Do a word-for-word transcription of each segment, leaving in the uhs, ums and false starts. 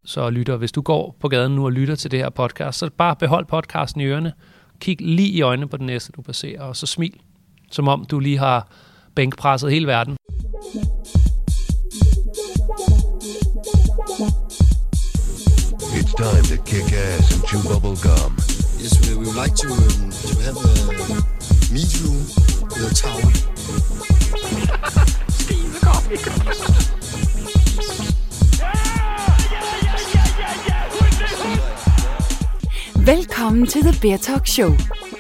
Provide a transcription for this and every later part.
Så lytter, hvis du går på gaden nu og lytter til det her podcast, så bare behold podcasten i ørerne. Kig lige i øjnene på den næste, du passerer, og så smil, som om du lige har bænkpresset hele verden. It's time to kick ass and chew bubble gum. Yes, we, we would like to, um, to have a meet you with a tower. Steve Coffee. Velkommen til The Bear Talk Show.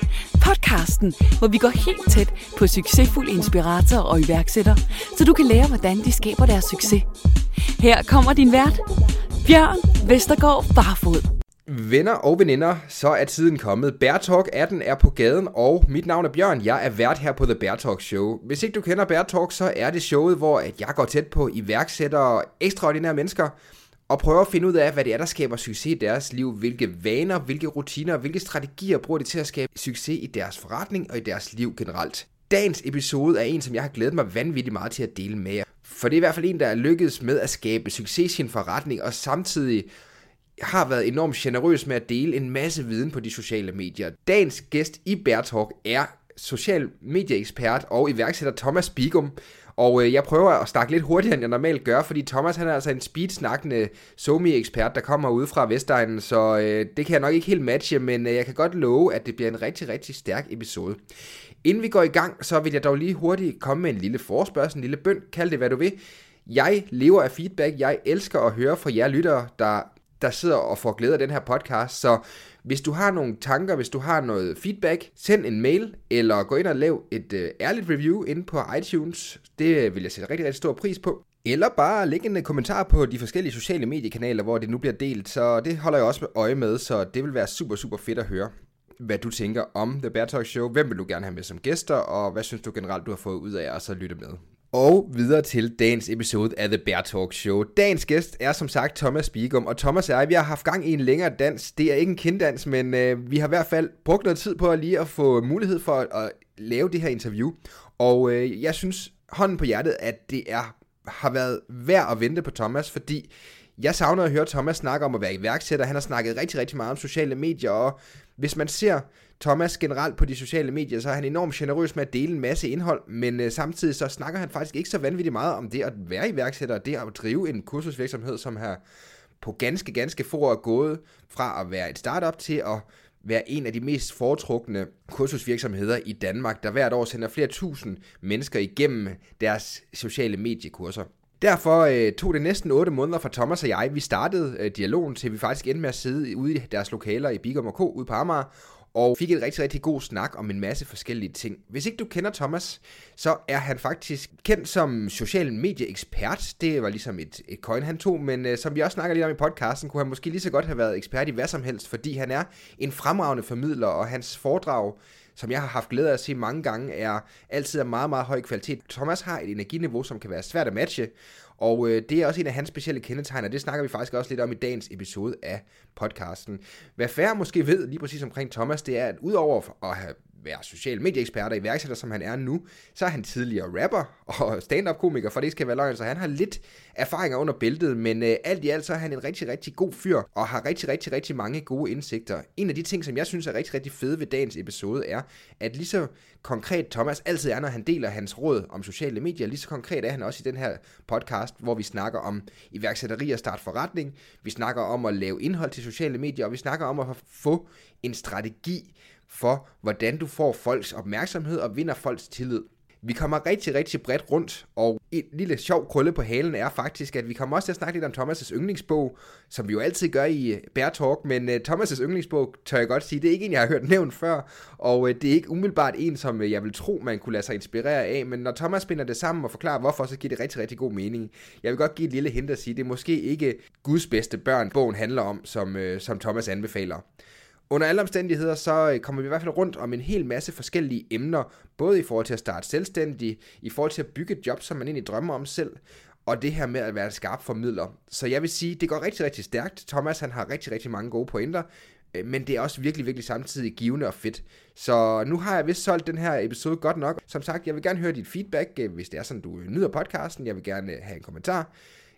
Podcasten, hvor vi går helt tæt på succesfulde inspiratorer og iværksættere, så du kan lære, hvordan de skaber deres succes. Her kommer din vært, Bjørn Vestergaard Barfod. Venner og veninder, så er tiden kommet. Bear Talk atten er på gaden, og mit navn er Bjørn. Jeg er vært her på The Bear Talk Show. Hvis ikke du kender Bear Talk, så er det showet, hvor jeg går tæt på iværksættere og ekstraordinære mennesker, og prøver at finde ud af, hvad det er, der skaber succes i deres liv. Hvilke vaner, hvilke rutiner, hvilke strategier bruger de til at skabe succes i deres forretning og i deres liv generelt. Dagens episode er en, som jeg har glædet mig vanvittigt meget til at dele med jer. For det er i hvert fald en, der er lykkedes med at skabe succes i sin forretning, og samtidig har været enormt generøs med at dele en masse viden på de sociale medier. Dagens gæst i Bear Talk er social medieekspert og iværksætter Thomas Bigum. Og øh, jeg prøver at snakke lidt hurtigere, end jeg normalt gør, fordi Thomas han er altså en speedsnakkende SoMe-ekspert, der kommer ud fra Vestegnen, så øh, det kan jeg nok ikke helt matche, men øh, jeg kan godt love, at det bliver en rigtig, rigtig stærk episode. Inden vi går i gang, så vil jeg dog lige hurtigt komme med en lille forespørgsel, en lille bøn, kald det hvad du vil. Jeg lever af feedback, jeg elsker at høre fra jer lyttere, der, der sidder og får glæde af den her podcast, så hvis du har nogle tanker, hvis du har noget feedback, send en mail, eller gå ind og lav et øh, ærligt review inde på iTunes. Det vil jeg sætte rigtig, rigtig stor pris på. Eller bare læg en kommentar på de forskellige sociale mediekanaler, hvor det nu bliver delt. Så det holder jeg også øje med, så det vil være super, super fedt at høre, hvad du tænker om The Bear Talk Show. Hvem vil du gerne have med som gæster, og hvad synes du generelt, du har fået ud af at så lytte med? Og videre til dagens episode af The Bear Talk Show. Dagens gæst er som sagt Thomas Bigum, og Thomas og jeg, vi har haft gang i en længere dans. Det er ikke en kinddans, men øh, vi har i hvert fald brugt noget tid på at lige at få mulighed for at, at lave det her interview. Og øh, jeg synes, hånden på hjertet, at det er, har været værd at vente på Thomas, fordi jeg savner at høre Thomas snakke om at være iværksætter. Han har snakket rigtig, rigtig meget om sociale medier, og hvis man ser Thomas generelt på de sociale medier, så er han enormt generøs med at dele en masse indhold, men øh, samtidig så snakker han faktisk ikke så vanvittigt meget om det at være iværksætter, og det at drive en kursusvirksomhed, som her på ganske, ganske få år er gået fra at være et startup til at være en af de mest foretrukne kursusvirksomheder i Danmark, der hvert år sender flere tusind mennesker igennem deres sociale mediekurser. Derfor øh, tog det næsten otte måneder fra Thomas og jeg. Vi startede øh, dialogen, til vi faktisk endte med at sidde ude i deres lokaler i Bigum og Co. ude på Amager, og fik en rigtig, rigtig god snak om en masse forskellige ting. Hvis ikke du kender Thomas, så er han faktisk kendt som social medieekspert. Det var ligesom et, et coin, han tog, men øh, som vi også snakker lidt om i podcasten, kunne han måske lige så godt have været ekspert i hvad som helst, fordi han er en fremragende formidler, og hans foredrag, som jeg har haft glæde af at se mange gange, er altid af meget, meget høj kvalitet. Thomas har et energiniveau, som kan være svært at matche, og øh, det er også en af hans specielle kendetegn, og det snakker vi faktisk også lidt om i dagens episode af podcasten. Hvad færre måske ved lige præcis omkring Thomas, det er, at udover at have være social medieekspert og iværksætter, som han er nu, så er han tidligere rapper og stand-up-komiker, for det skal være løgn, så han har lidt erfaringer under bæltet, men øh, alt i alt så er han en rigtig, rigtig god fyr, og har rigtig, rigtig, rigtig mange gode indsigter. En af de ting, som jeg synes er rigtig, rigtig fede ved dagens episode, er, at lige så konkret Thomas altid er, når han deler hans råd om sociale medier, lige så konkret er han også i den her podcast, hvor vi snakker om iværksætteri og start forretning, vi snakker om at lave indhold til sociale medier, og vi snakker om at få en strategi for, hvordan du får folks opmærksomhed og vinder folks tillid. Vi kommer rigtig, rigtig bredt rundt, og et lille sjov krølle på halen er faktisk, at vi kommer også til at snakke lidt om Thomas' yndlingsbog, som vi jo altid gør i Bear Talk, men uh, Thomas' yndlingsbog, tør jeg godt sige, det er ikke en, jeg har hørt nævnt før, og uh, det er ikke umiddelbart en, som uh, jeg vil tro, man kunne lade sig inspirere af, men når Thomas binder det sammen og forklarer hvorfor, så giver det rigtig, rigtig god mening. Jeg vil godt give et lille hint at sige, det er måske ikke Guds bedste børn, bogen handler om, som, uh, som Thomas anbefaler. Under alle omstændigheder, så kommer vi i hvert fald rundt om en hel masse forskellige emner, både i forhold til at starte selvstændig, i forhold til at bygge et job, som man egentlig drømmer om selv, og det her med at være en skarp formidler. Så jeg vil sige, det går rigtig, rigtig stærkt. Thomas, han har rigtig, rigtig mange gode pointer, men det er også virkelig, virkelig samtidig givende og fedt. Så nu har jeg vist solgt den her episode godt nok. Som sagt, jeg vil gerne høre dit feedback, hvis det er sådan, du nyder podcasten. Jeg vil gerne have en kommentar.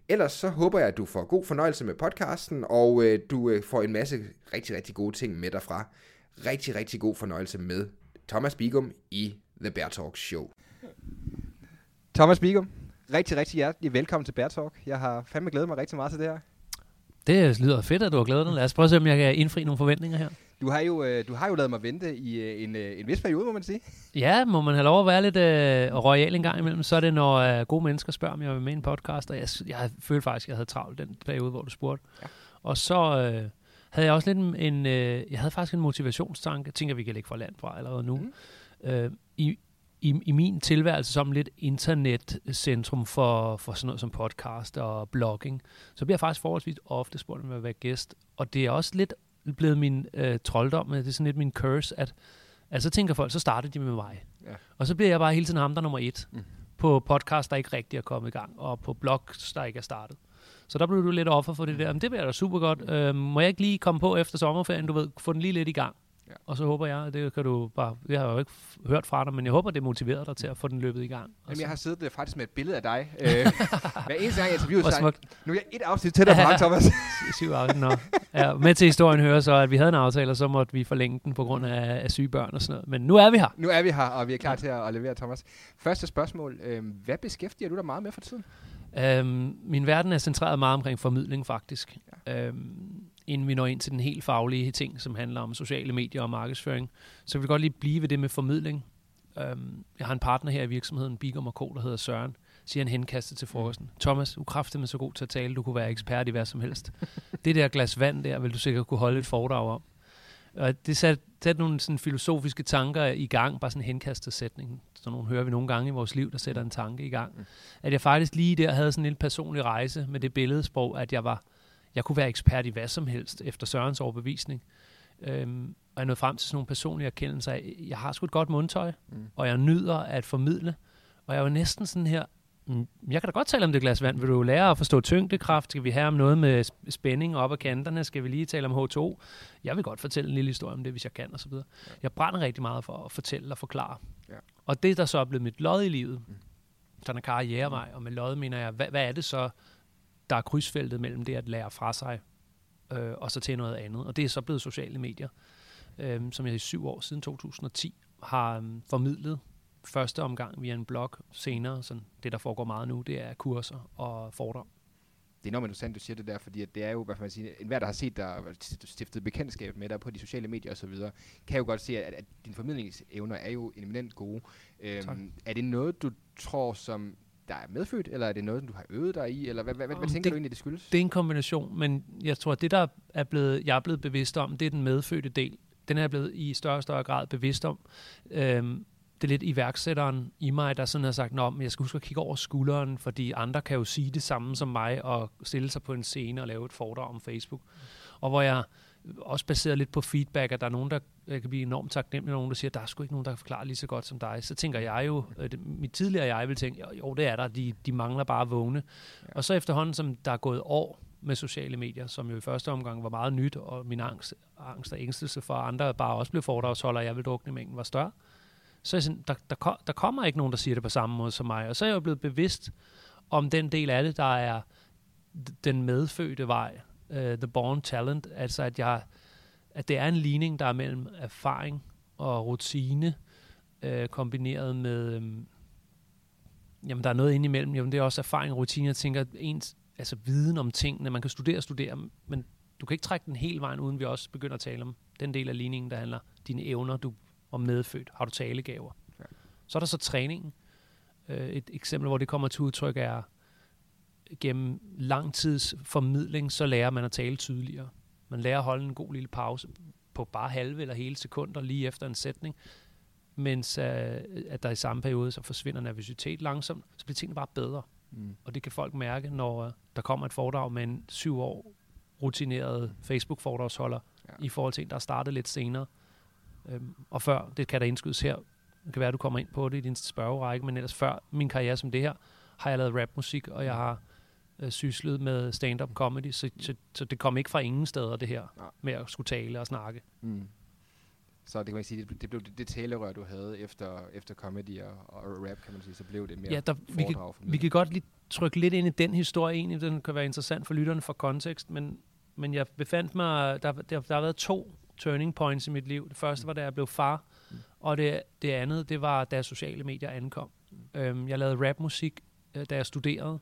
Ellers så håber jeg, at du får god fornøjelse med podcasten, og øh, du øh, får en masse rigtig, rigtig gode ting med derfra. Rigtig, rigtig god fornøjelse med Thomas Bigum i The Bear Talk Show. Thomas Bigum, rigtig, rigtig hjertelig velkommen til Bear Talk. Jeg har fandme glædet mig rigtig meget til det her. Det lyder fedt, at du har glædet dig. Lad os prøve at se, om jeg kan indfri nogle forventninger her. Du har jo, øh, du har jo ladet mig vente i en, en vis periode, må man sige. Ja, må man have lov at være lidt øh, royal en gang imellem, så er det, når øh, gode mennesker spørger, om jeg vil med i en podcast, og jeg, jeg følte faktisk, at jeg havde travlt den periode, hvor du spurgte. Ja. Og så øh, havde jeg også lidt en, en øh, jeg havde faktisk en motivationstanke, jeg tænker, vi kan lægge for land fra allerede nu. Mm. Øh, i, i, I min tilværelse som lidt internetcentrum for, for sådan noget som podcast og blogging, så bliver jeg faktisk forholdsvis ofte spurgt, om jeg vil være gæst, og det er også lidt blevet min øh, trolddom, det er sådan lidt min curse, at, at så tænker folk, så starter de med mig. Ja. Og så bliver jeg bare hele tiden ham, der nummer et. Mm. På podcast, der ikke rigtig er kommet i gang, og på blogs, der ikke er startet. Så der blev du lidt offer for det der. Men det bliver da super godt. Øh, må jeg ikke lige komme på efter sommerferien, du ved, få den lige lidt i gang? Ja. Og så håber jeg, det kan du bare, jeg har jo ikke hørt fra dig, men jeg håber, det motiverer dig til at få den løbet i gang. Jamen, jeg har siddet uh, faktisk med et billede af dig. Uh, hver eneste gang jeg interviewede sig. Nu er jeg et afsnit tættere på ham, Thomas. Syv afsnit, nå. Ja, med til historien hører så, at vi havde en aftale, og så måtte vi forlænge den på grund af, af syge børn og sådan noget. Men nu er vi her. Nu er vi her, og vi er klar til at, at levere, Thomas. Første spørgsmål. Uh, hvad beskæftiger du dig meget med for tiden? Um, min verden er centreret meget omkring formidling, faktisk. Ja. Um, inden vi når ind til den helt faglige ting, som handler om sociale medier og markedsføring. Så vil jeg godt lige blive ved det med formidling. Um, jeg har en partner her i virksomheden, Bigum og Co., der hedder Søren, siger han henkastet til frokosten. Mm. Thomas, du er kraftedeme så god til at tale, du kunne være ekspert i hvad som helst. Det der glas vand der, vil du sikkert kunne holde et foredrag om. Og det satte sat nogle sådan filosofiske tanker i gang, bare sådan en henkastet sætning. Så nogle hører vi nogle gange i vores liv, der sætter en tanke i gang. Mm. At jeg faktisk lige der havde sådan en personlig rejse med det billedsprog, at jeg var Jeg kunne være ekspert i hvad som helst, efter Sørens overbevisning. Øhm, og jeg nåede frem til sådan nogle personlige erkendelser. Jeg har sgu et godt mundtøj, mm. og jeg nyder at formidle. Og jeg var næsten sådan her, mm, jeg kan da godt tale om det glas vand. Vil du lære at forstå tyngdekraft? Skal vi have om noget med spænding op ad kanterne? Skal vi lige tale om H to O? Jeg vil godt fortælle en lille historie om det, hvis jeg kan, og så videre. Ja. Jeg brænder rigtig meget for at fortælle og forklare. Ja. Og det, der så er blevet mit lod i livet, mm. sådan en karrierevej, og med lod mener jeg, hvad, hvad er det så, der er krydsfeltet mellem det at lære fra sig, øh, og så til noget andet. Og det er så blevet sociale medier, øh, som jeg i syv år siden to tusind og ti har øh, formidlet. Første omgang via en blog, senere, sådan det der foregår meget nu, det er kurser og foredrag. Det er enormt interessant, du siger det der, fordi at det er jo, hvad man siger, enhver, der har set dig stiftet bekendtskab med dig på de sociale medier og så videre, kan jo godt se, at, at dine formidlingsevner er jo eminent gode. Øhm, er det noget, du tror, som der er medfødt, eller er det noget, du har øvet dig i, eller hvad, hvad, hvad, hvad tænker det, du egentlig, det skyldes? Det er en kombination, men jeg tror, at det, der er blevet, jeg er blevet bevidst om, det er den medfødte del. Den er jeg blevet i større og større grad bevidst om. Øhm, det er lidt iværksætteren i mig, der sådan har sagt, nå, men jeg skal huske at kigge over skulderen, fordi andre kan jo sige det samme som mig, og stille sig på en scene og lave et foredrag om Facebook. Og hvor jeg også baseret lidt på feedback, at der er nogen, der kan blive enormt taknemmelig, nogen, der siger, at der er sgu ikke nogen, der kan forklare lige så godt som dig. Så tænker jeg jo, øh, det, mit tidligere jeg vil tænke, jo, det er der, de, de mangler bare at vågne. Ja. Og så efterhånden, som der er gået år med sociale medier, som jo i første omgang var meget nyt, og min angst, angst og ængstelse for andre bare også blev foredragsholder, og jeg vil drukne i mængden, var større. Så jeg sådan, der, der, der kommer ikke nogen, der siger det på samme måde som mig. Og så er jeg jo blevet bevidst om den del af det, der er den medfødte vej, uh, the born talent, altså at, jeg, at det er en ligning, der er mellem erfaring og rutine, uh, kombineret med, um, jamen der er noget indimellem, jamen det er også erfaring og rutine. Jeg tænker, ens altså viden om tingene, man kan studere og studere, men du kan ikke trække den hele vejen, uden vi også begynder at tale om den del af ligningen, der handler dine evner, du og medfødt. Har du talegaver? Ja. Så er der så træningen. Øh, et eksempel, hvor det kommer til udtryk, er gennem lang tids formidling, så lærer man at tale tydeligere. Man lærer at holde en god lille pause på bare halve eller hele sekunder lige efter en sætning, mens øh, at der i samme periode så forsvinder nervøsitet langsomt, så bliver tingene bare bedre. Mm. Og det kan folk mærke, når øh, der kommer et foredrag med en syv år rutineret Facebook-foredragsholder ja. I forhold til en, der er startet lidt senere. Øhm, og før, det kan der indskydes her, det kan være, at du kommer ind på det i din spørgerække, men ellers før min karriere som det her, har jeg lavet rapmusik, og jeg har øh, syslet med stand-up comedy, så, så, så det kom ikke fra ingen steder, det her, ja. Med at skulle tale og snakke. Mm. Så det kan man sige, det, det blev det, det talerør, du havde efter, efter comedy og, og rap, kan man sige, så blev det mere ja, der, vi, kan, vi kan godt lige trykke lidt ind i den historie egentlig. Den kan være interessant for lytterne for kontekst, men, men jeg befandt mig, der, der, der har været to turning points i mit liv. Det første var, da jeg blev far, mm. og det, det andet, det var, da sociale medier ankom. Mm. Øhm, jeg lavede rapmusik, øh, da jeg studerede,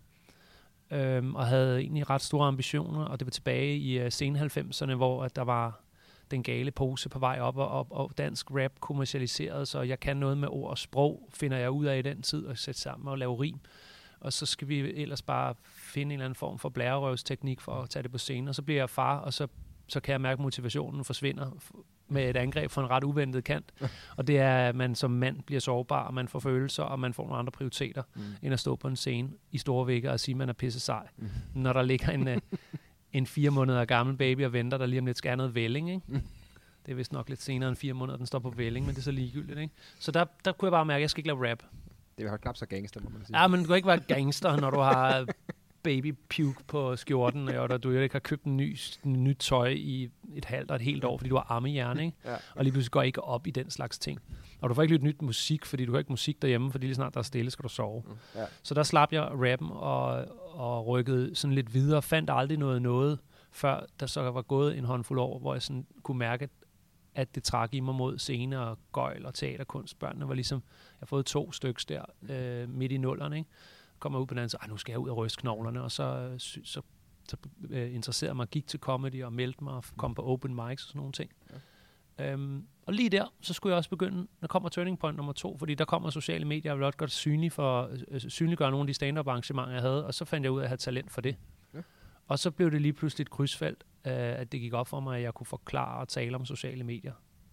øhm, og havde egentlig ret store ambitioner, og det var tilbage i uh, sen halvfemserne, hvor at der var den gale pose på vej op, og, og, og dansk rap kommercialiseret, så jeg kan noget med ord og sprog, finder jeg ud af i den tid, og sætte sammen og lave rim. Og så skal vi ellers bare finde en eller anden form for blærerøvsteknik for at tage det på scenen, og så bliver jeg far, og så, så kan jeg mærke, at motivationen forsvinder med et angreb fra en ret uventet kant. Og det er, at man som mand bliver sårbar, og man får følelser, og man får nogle andre prioriteter, mm. end at stå på en scene i store vægge og sige, at man er pisse sej. Mm. Når der ligger en, en fire måneder gammel baby og venter, der lige om lidt skal have noget vælling, ikke? Mm. Det er vist nok lidt senere end fire måneder, den står på vælling, men det er så ligegyldigt, ikke? Så der, der kunne jeg bare mærke, at jeg skal ikke lave rap. Det er jo knap så gangster, må man sige. Ja, men du kan ikke være gangster, når du har baby puke på skjorten, og du ikke har købt en ny, en nyt tøj i et halvt og et helt år, fordi du har armehjerne, ikke? Ja. Og lige pludselig går ikke op i den slags ting. Og du får ikke lidt nyt musik, fordi du har ikke musik derhjemme, fordi lige snart der er stille, skal du sove. Mm. Ja. Så der slap jeg rappen og, og rykkede sådan lidt videre, fandt aldrig noget noget, før der så var gået en håndfuld år, hvor jeg sådan kunne mærke, at det trak i mig mod scene og gøjl og teaterkunst. Børnene var ligesom, jeg har fået to stykker der øh, midt i nullerne, ikke? Kommer ud på den anden, så nu skal jeg ud og ryste knoglerne, og så, så, så, så øh, interesserede mig, gik til comedy og meldte mig og kom på open mics og sådan nogle ting. Ja. Øhm, og lige der, så skulle jeg også begynde, der kommer turning point nummer to, fordi der kommer sociale medier, jeg ville også godt synlig for, øh, synliggøre nogle af de stand-up arrangementer, jeg havde, og så fandt jeg ud af at have talent for det. Ja. Og så blev det lige pludselig et krydsfelt, øh, at det gik op for mig, at jeg kunne forklare og tale om sociale medier.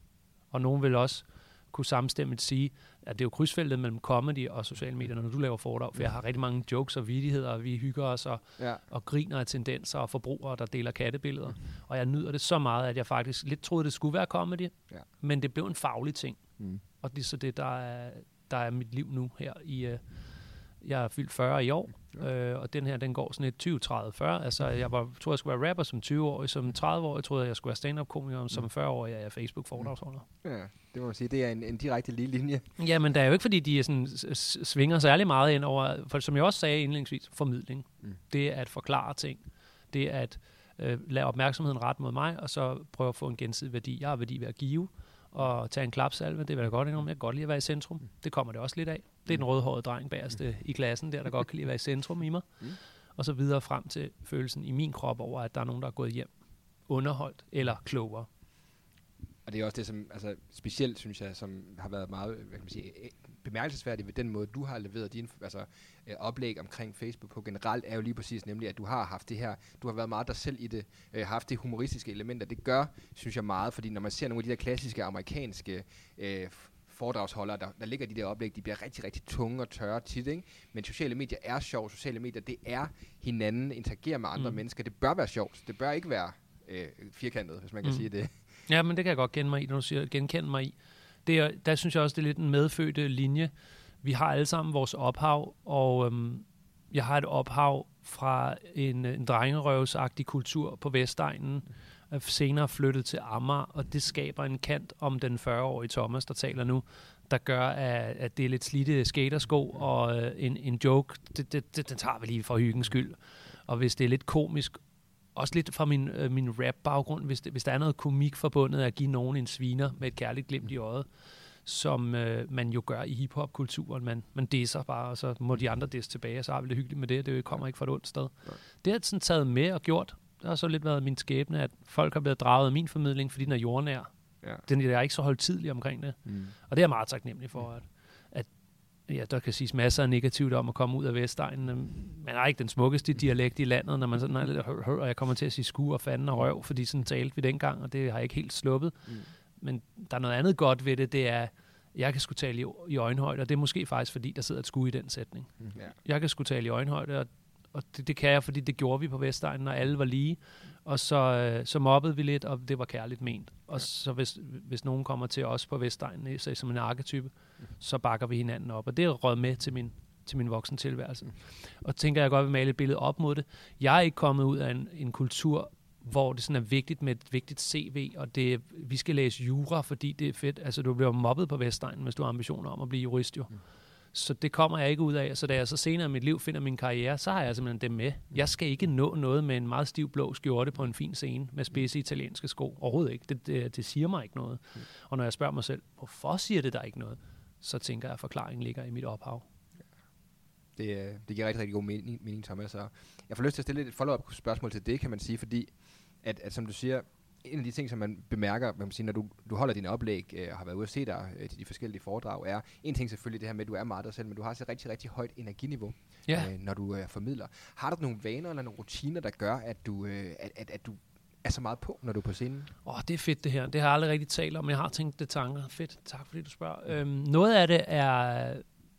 Og nogen vil også kunne samstemmigt sige, at det er jo krydsfeltet mellem comedy og sociale medier, når du laver foredrag, for jeg har rigtig mange jokes og vittigheder, og vi hygger os og, ja. og griner af tendenser og forbrugere, der deler kattebilleder. Mm. Og jeg nyder det så meget, at jeg faktisk lidt troede, det skulle være comedy, ja. men det blev en faglig ting. Mm. Og det er så det, der er, der er mit liv nu her i... Uh, jeg er fyldt fyrre i år, ja. øh, og den her, den går sådan et tyve, tredive, fyrre. Altså, jeg var, troede, jeg skulle være rapper som tyve-årig, som tredive-årig troede jeg, jeg skulle være stand-up-komiker, som fyrre-årig er jeg Facebook-foredragsholder. Ja, det må man sige, det er en, en direkte lige linje. Ja, men det er jo ikke, fordi de sådan, svinger særlig meget ind over, for som jeg også sagde indledningsvis, formidling. Mm. Det er at forklare ting. Det er at øh, lade opmærksomheden ret mod mig, og så prøve at få en gensidig værdi. Jeg har værdi ved at give, og tage en klapsalve, det vil jeg godt indrømme. Jeg kan godt lide at være i centrum. Det kommer det også lidt af. Det er den rødhårede dreng bagerst mm. i klassen, der, der godt kan lide at være i centrum i mig. Mm. Og så videre frem til følelsen i min krop over, at der er nogen, der er gået hjem underholdt eller klogere. Og det er også det, som altså, specielt, synes jeg, som har været meget hvad kan man sige, bemærkelsesværdigt ved den måde, du har leveret din altså, øh, oplæg omkring Facebook på generelt, er jo lige præcis nemlig, at du har haft det her, du har været meget dig selv i det, øh, haft det humoristiske elementer. Det gør, synes jeg, meget, fordi når man ser nogle af de der klassiske amerikanske øh, foredragsholdere, der, der ligger de der oplæg, de bliver rigtig, rigtig tunge og tørre tit, ikke? Men sociale medier er sjovt. Sociale medier, det er hinanden, interagerer med andre mm. mennesker. Det bør være sjovt. Det bør ikke være øh, firkantet, hvis man kan mm. sige det. Ja, men det kan jeg godt kende mig i, når du siger genkende mig i. Det er, der synes jeg også, det er lidt en medfødte linje. Vi har alle sammen vores ophav, og øhm, jeg har et ophav fra en, en drengerøvsagtig kultur på Vestegnen, senere flyttet til Amager, og det skaber en kant om den fyrre-årige Thomas, der taler nu, der gør, at, at det er lidt slidte skatersko, og øh, en, en joke, det, det, det, den tager vi lige for hyggens skyld. Og hvis det er lidt komisk, også lidt fra min, øh, min rap-baggrund, hvis, det, hvis der er noget komik forbundet at give nogen en sviner med et kærligt glimt i øjet, som øh, man jo gør i hiphop-kulturen. Man, man disser bare, og så må de andre disse tilbage, og så har vi det hyggeligt med det. Det kommer ikke fra et ondt sted. Ja. Det har sådan taget med og gjort. Det har så lidt været min skæbne, at folk har blevet draget af min formidling, fordi den er jordnær. Ja. Den er ikke så holdtidlig omkring det. Mm. Og det er meget taknemmelig for, at, at ja, der kan siges masser af negativt om at komme ud af Vestegnen. Man har ikke den smukkeste dialekt i landet, når man sådan, og jeg kommer til at sige sku og fanden og røv, fordi sådan talte vi dengang, og det har jeg ikke helt sluppet. Mm. Men der er noget andet godt ved det, det er, jeg kan sgu tale i, i øjenhøjde, og det er måske faktisk, fordi der sidder et sku i den sætning. Mm. Ja. Jeg kan sgu tale i øjenhøjde, og, og det, det kan jeg, fordi det gjorde vi på Vestegnen, når alle var lige. Og så, øh, så mobbede vi lidt, og det var kærligt ment. Og ja. Så hvis, hvis nogen kommer til os på Vestegnen, så som en arketype, mm. så bakker vi hinanden op. Og det er røget med til min, til min voksen tilværelse. Mm. Og tænker jeg godt vil male et billede op mod det. Jeg er ikke kommet ud af en, en kultur, hvor det sådan er vigtigt med et vigtigt C V, og det, vi skal læse jura, fordi det er fedt. Altså, du bliver mobbet på Vestegnen, hvis du har ambitioner om at blive jurist, jo. Mm. Så det kommer jeg ikke ud af. Så da jeg så senere i mit liv finder min karriere, så har jeg simpelthen det med. Jeg skal ikke nå noget med en meget stiv blå skjorte på en fin scene med spidse italienske sko. Overhovedet ikke. Det, det, det siger mig ikke noget. Mm. Og når jeg spørger mig selv, hvorfor siger det der ikke noget? Så tænker jeg, at forklaringen ligger i mit ophav. Det, det giver rigtig, rigtig god mening, mening Thomas. Og jeg får lyst til at stille et follow-up spørgsmål til det, kan man sige, fordi at, at som du siger, en af de ting, som man bemærker, man sige, når du, du holder dine oplæg øh, og har været ude at se dig øh, til de forskellige foredrag, er en ting selvfølgelig det her med, at du er meget dig selv, men du har også et rigtig, rigtig højt energiniveau, ja. øh, når du øh, formidler. Har du nogle vaner eller nogle rutiner, der gør, at du, øh, at, at, at du er så meget på, når du er på scenen? Åh, oh, det er fedt det her. Det har jeg aldrig rigtig talt om, men jeg har tænkt det tanker. Fedt, tak fordi du spørger. Øhm, noget af det er,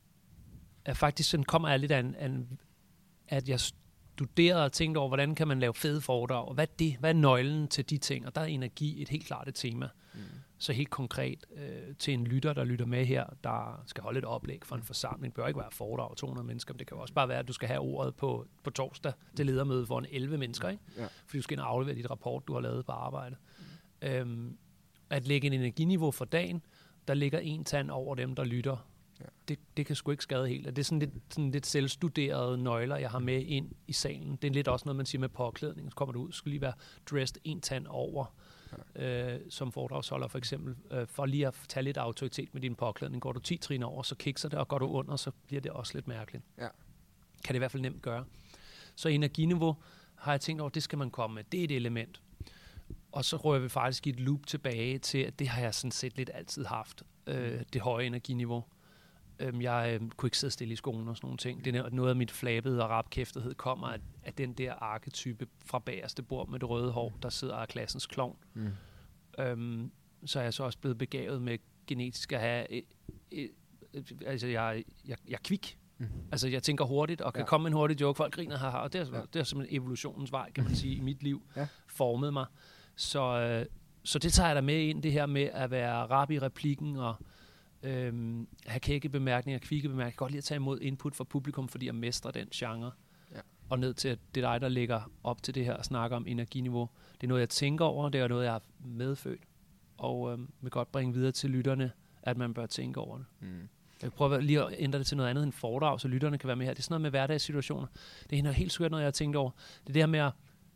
er faktisk sådan, kommer jeg lidt af, en, en, at jeg studerede og tænkte over, hvordan kan man lave fede foredrag, og hvad er det? Hvad er nøglen til de ting? Og der er energi et helt klart et tema. Mm. Så helt konkret øh, til en lytter, der lytter med her, der skal holde et oplæg for en forsamling. Det bør ikke være foredrag af to hundrede mennesker, men det kan jo også bare være, at du skal have ordet på, på torsdag til ledermøde for en elleve mennesker, ikke? Ja. Fordi du skal ind og aflevere dit rapport, du har lavet på arbejde. Mm. Øhm, at lægge en energiniveau for dagen, der ligger en tand over dem, der lytter. Ja. Det, det kan sgu ikke skade helt. Og det er sådan lidt, sådan lidt selvstuderede nøgler, jeg har med ind i salen. Det er lidt også noget, man siger med påklædning. Så kommer du ud, skal lige være dressed en tand over, ja. øh, som foredragsholder for eksempel. Øh, for lige at tage lidt autoritet med din påklædning. Går du ti trin over, så kikser det, og går du under, så bliver det også lidt mærkeligt. Ja. Kan det i hvert fald nemt gøre. Så energiniveau har jeg tænkt over, det skal man komme med. Det er et element. Og så rører vi faktisk i et loop tilbage til, at det har jeg sådan set lidt altid haft. Øh, det høje energiniveau. Jeg øh, kunne ikke sidde stille i skolen og sådan nogle ting. Det er noget af mit flabede og rapkæftighed kommer af, af den der arketype fra bagerste bord med det røde hår, der sidder af klassens klovn. Mm. Øhm, så er jeg så også blevet begavet med genetisk at have... Øh, øh, øh, altså, jeg, jeg, jeg er kvik. Mm. Altså, jeg tænker hurtigt og kan ja. komme med en hurtig joke. Folk griner her, og det er, ja. det er simpelthen evolutionens vej, kan man sige, i mit liv. Ja. Formet mig. Så, øh, så det tager jeg da med ind, det her med at være rap i replikken og Øhm, have kække bemærkninger, kvikke bemærkninger. Jeg kan godt lide at tage imod input fra publikum, fordi jeg mestrer den genre. Ja. Og ned til, at det er dig, der ligger op til det her og snakker om energiniveau. Det er noget, jeg tænker over, det er noget, jeg har medfødt. Og øhm, vil godt bringe videre til lytterne, at man bør tænke over det. Mm. Jeg prøver lige at ændre det til noget andet end foredrag, så lytterne kan være med her. Det er sådan noget med hverdagssituationer. Det er noget helt skørt, noget jeg har tænkt over. Det er det her med at...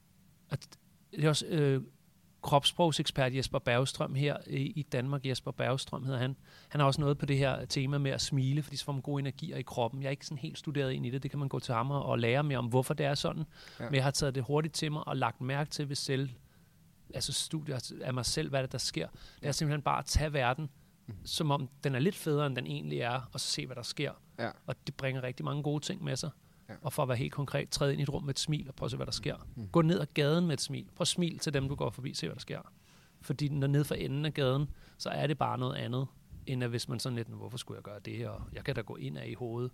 at det er også... Øh, kropssprogsekspert Jesper Bergstrøm her i Danmark, Jesper Bergstrøm hedder han. Han har også noget på det her tema med at smile, fordi så får man gode energier i kroppen. Jeg er ikke sådan helt studeret ind i det. Det kan man gå til ham og lære mere om, hvorfor det er sådan. Ja. Men jeg har taget det hurtigt til mig og lagt mærke til ved selv, altså studier af mig selv, hvad det der sker. Det er simpelthen bare at tage verden, mm. som om den er lidt federe, end den egentlig er, og så se, hvad der sker. Ja. Og det bringer rigtig mange gode ting med sig. Ja. Og for at være helt konkret, træde ind i et rum med et smil og prøv at se, hvad der sker. Mm. Gå ned ad gaden med et smil. Prøv at smil til dem, du går forbi, se, hvad der sker. Fordi når ned for enden af gaden, så er det bare noget andet, end at hvis man sådan lidt, hvorfor skulle jeg gøre det, og jeg kan da gå ind af i hovedet.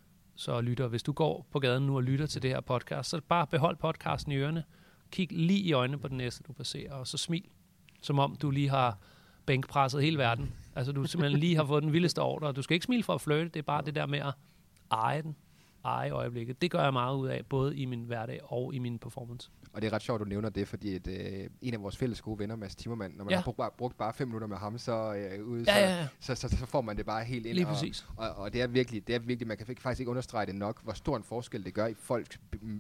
Så lytter, hvis du går på gaden nu og lytter til det her podcast, så bare behold podcasten i ørerne. Kig lige i øjnene på den næste, du passerer, og så smil. Som om du lige har bænkpresset hele verden. Altså du simpelthen lige har fået den vildeste ordre. Du skal ikke smile for at flirte, det er bare det der med at eje den. eje øjeblikket. Det gør jeg meget ud af, både i min hverdag og i min performance. Og det er ret sjovt, du nævner det, fordi at, øh, en af vores fælles gode venner, Mads Timmermann, når man ja. har brugt bare, brugt bare fem minutter med ham, så, øh, ude, ja, ja, ja. Så, så, så, så får man det bare helt ind. Lige præcis. Og, og, og det er virkelig, det er virkelig, man kan faktisk ikke understrege det nok, hvor stor en forskel det gør i folks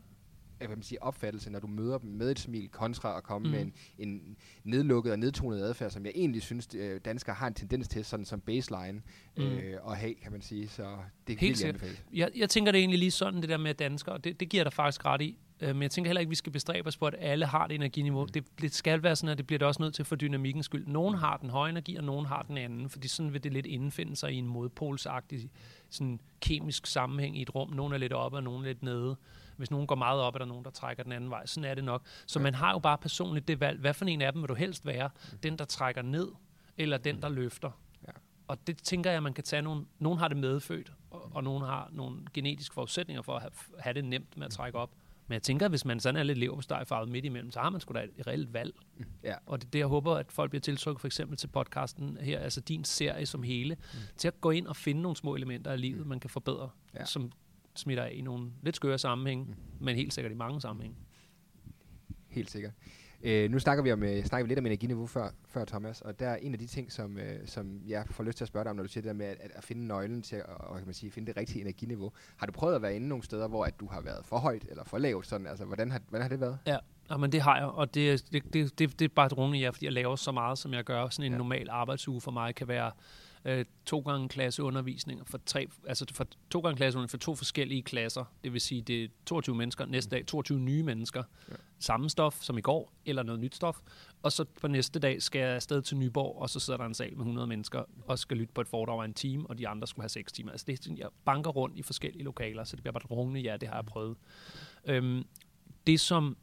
jeg vil sige, opfattelse, når du møder dem med et smil, kontra at komme mm. med en, en nedlukket og nedtonet adfærd, som jeg egentlig synes, øh, danskere har en tendens til, sådan som baseline, mm. øh, og have, kan man sige. Så det helt sikkert. Jeg, jeg tænker det egentlig lige sådan, det der med danskere, det, det giver der faktisk ret i. Uh, men jeg tænker heller ikke, at vi skal bestræbe os på, at alle har det energiniveau. Mm. Det, det skal være sådan, at det bliver det også nødt til for dynamikkens skyld. Nogen har den høje energi, og nogen har den anden, fordi sådan vil det lidt indfinde sig i en modpolsagtig sådan kemisk sammenhæng i et rum. Nogen er lidt oppe, og nogen er lidt nede. Hvis nogen går meget op, er der nogen, der trækker den anden vej. Sådan er det nok. Så ja. man har jo bare personligt det valg. Hvad for en af dem vil du helst være? Mm. Den, der trækker ned, eller den, der løfter? Ja. Og det tænker jeg, man kan tage nogle... Nogen har det medfødt, og, og nogen har nogle genetiske forudsætninger for at have, have det nemt med at trække op. Men jeg tænker, at hvis man sådan er lidt leverpostejfarvet midt imellem, så har man sgu da et reelt valg. Mm. Ja. Og det er det, jeg håber, at folk bliver tiltrykket for eksempel til podcasten her, altså din serie som hele, mm. til at gå ind og finde nogle små elementer af livet, mm. man kan forbedre, ja. som smitter af i nogle lidt skøre sammenhæng, mm. men helt sikkert i mange sammenhæng. Helt sikkert. Øh, nu snakker vi, om, øh, snakker vi lidt om energiniveau før, før, Thomas, og der er en af de ting, som, øh, som jeg får lyst til at spørge dig om, når du siger det der med at, at finde nøglen til at og, kan man sige, finde det rigtige energiniveau. Har du prøvet at være inde nogle steder, hvor at du har været for højt eller for lavt? Sådan, altså, hvordan, har, hvordan har det været? Ja, ja, men det har jeg, og det, det, det, det, det er bare et rungende ja, fordi jeg laver så meget, som jeg gør. Sådan en ja. normal arbejdsuge for mig kan være øh, to gange klasseundervisning for tre, altså for to gange klasseundervisning for to forskellige klasser. Det vil sige, det er toogtyve mennesker, næste dag toogtyve nye mennesker. Ja. Samme stof som i går, eller noget nyt stof. Og så på næste dag skal jeg afsted til Nyborg, og så sidder der en sal med hundrede mennesker, og skal lytte på et foredrag af en time, og de andre skulle have seks timer. Altså det er sådan, jeg banker rundt i forskellige lokaler, så det bliver bare et rungende ja, det har jeg prøvet. Øhm, det som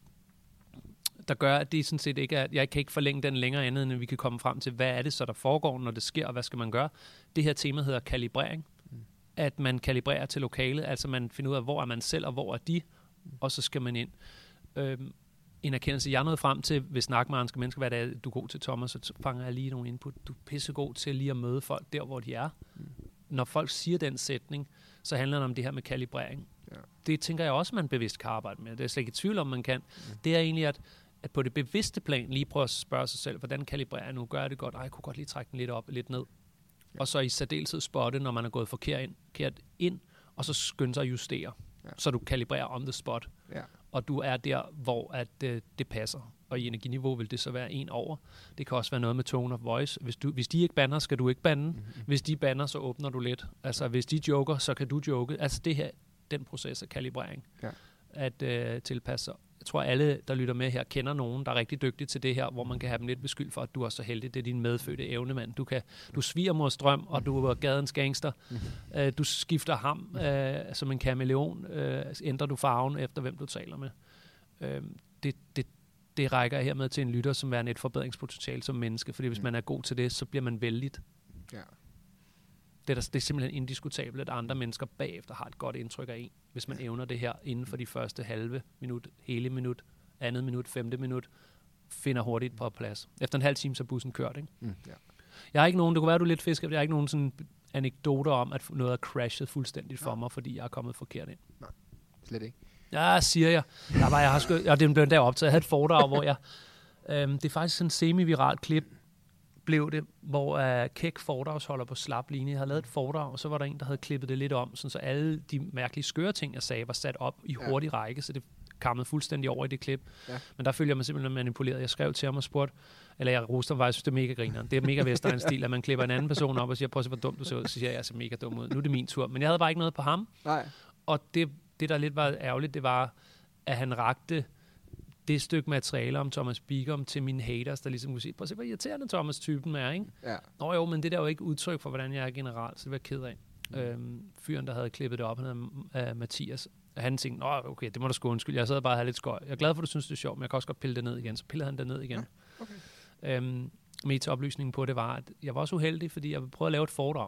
der gør, at det sådan set ikke er, jeg kan ikke forlænge den længere andet, end vi kan komme frem til, hvad er det så, der foregår, når det sker, og hvad skal man gøre? Det her tema hedder kalibrering. Mm. At man kalibrerer til lokalet, altså man finder ud af, hvor er man selv, og hvor er de, mm. og så skal man ind. Øhm, en erkendelse, jeg er nået frem til, ved snak med andre mennesker, hvad det er, du er god til, Thomas, så fanger jeg lige nogle input. Du er pissegod til lige at møde folk der, hvor de er. Mm. Når folk siger den sætning, så handler det om det her med kalibrering. Ja. Det tænker jeg også, man bevidst kan arbejde med. Det er slet ikke i tvivl om, man kan. Mm. Det er egentlig, at at på det bevidste plan lige prøve at spørge sig selv, hvordan kalibrerer jeg nu? Gør jeg det godt? Ej, jeg kunne godt lige trække den lidt op, lidt ned. Ja. Og så i særdeleshed spotte, når man er gået forkert ind, forkert ind og så skynde sig at justere. Ja. Så du kalibrerer on the spot. Ja. Og du er der, hvor at, øh, det passer. Og i energiniveau vil det så være en over. Det kan også være noget med tone of voice. Hvis, du, hvis de ikke banner, skal du ikke bande. Mm-hmm. Hvis de banner, så åbner du lidt. Altså, hvis de joker, så kan du joke. Altså, det her, den proces af kalibrering. Ja. At øh, tilpasse sig. Jeg tror, alle, der lytter med her, kender nogen, der er rigtig dygtige til det her, hvor man kan have dem lidt beskyldt for, at du er så heldig. Det er din medfødte evnemand. Du, kan, du sviger mors drøm, og du er gadens gangster. Mm. Uh, du skifter ham uh, som en kameleon. Uh, ændrer du farven efter, hvem du taler med. Uh, det, det, det rækker jeg hermed til en lytter, som er et forbedringspotentiale som menneske. Fordi hvis man er god til det, så bliver man vældigt. Ja. Det er, der, det er simpelthen indiskutabelt, at andre mennesker bagefter har et godt indtryk af en, hvis man evner det her inden for de første halve minut, hele minut, andet minut, femte minut, finder hurtigt på plads. Efter en halv time, så er bussen kørt, ikke? Mm, ja. Jeg har ikke nogen, det kunne være, du er lidt fisker, jeg har ikke nogen sådan anekdoter om, at noget er crashet fuldstændigt for ja. mig, fordi jeg er kommet forkert ind. Nej, slet ikke. Ja, siger jeg. Der var, jeg har sku, ja, det blev der optaget. Jeg havde et foredrag, hvor jeg, øhm, det er faktisk sådan en semi-viralt klip, blev det, hvor uh, Kæk foredragsholder på slap linje. Jeg havde lavet et foredrag, og så var der en, der havde klippet det lidt om, sådan, så alle de mærkelige skøre ting, jeg sagde, var sat op i hurtig ja. række, så det kammede fuldstændig over i det klip. Ja. Men der følte jeg mig simpelthen manipuleret. Jeg skrev til ham og spurgte, eller jeg roste mig, jeg synes, det er mega grineren. Det er mega Vestegn-stil, at man klipper en anden person op og siger, prøv at se, hvor dumt du ser ud. Så siger jeg, jeg ser mega dum ud. Nu er det min tur. Men jeg havde bare ikke noget på ham. Nej. Og det, det, der lidt var ærgerligt, det var, at han rakte det stykke materiale om Thomas Bigum til mine haters, der ligesom kunne sige, prøv at se, hvor irriterende Thomas-typen er, ikke? Ja. Nå jo, men det der er jo ikke udtryk for, hvordan jeg er generelt, så det var jeg ked af. Mm. Øhm, fyren, der havde klippet det op, han hedder uh, Mathias, og han tænkte, nå okay, det må du sgu undskylde, jeg sad bare og havde lidt skøj. Jeg er glad for, at du synes, det er sjovt, men jeg kan også godt pille det ned igen. Så pillede han det ned igen. Ja, okay. øhm, med til oplysningen på det var, at jeg var også uheldig, fordi jeg prøvede at lave et foredrag.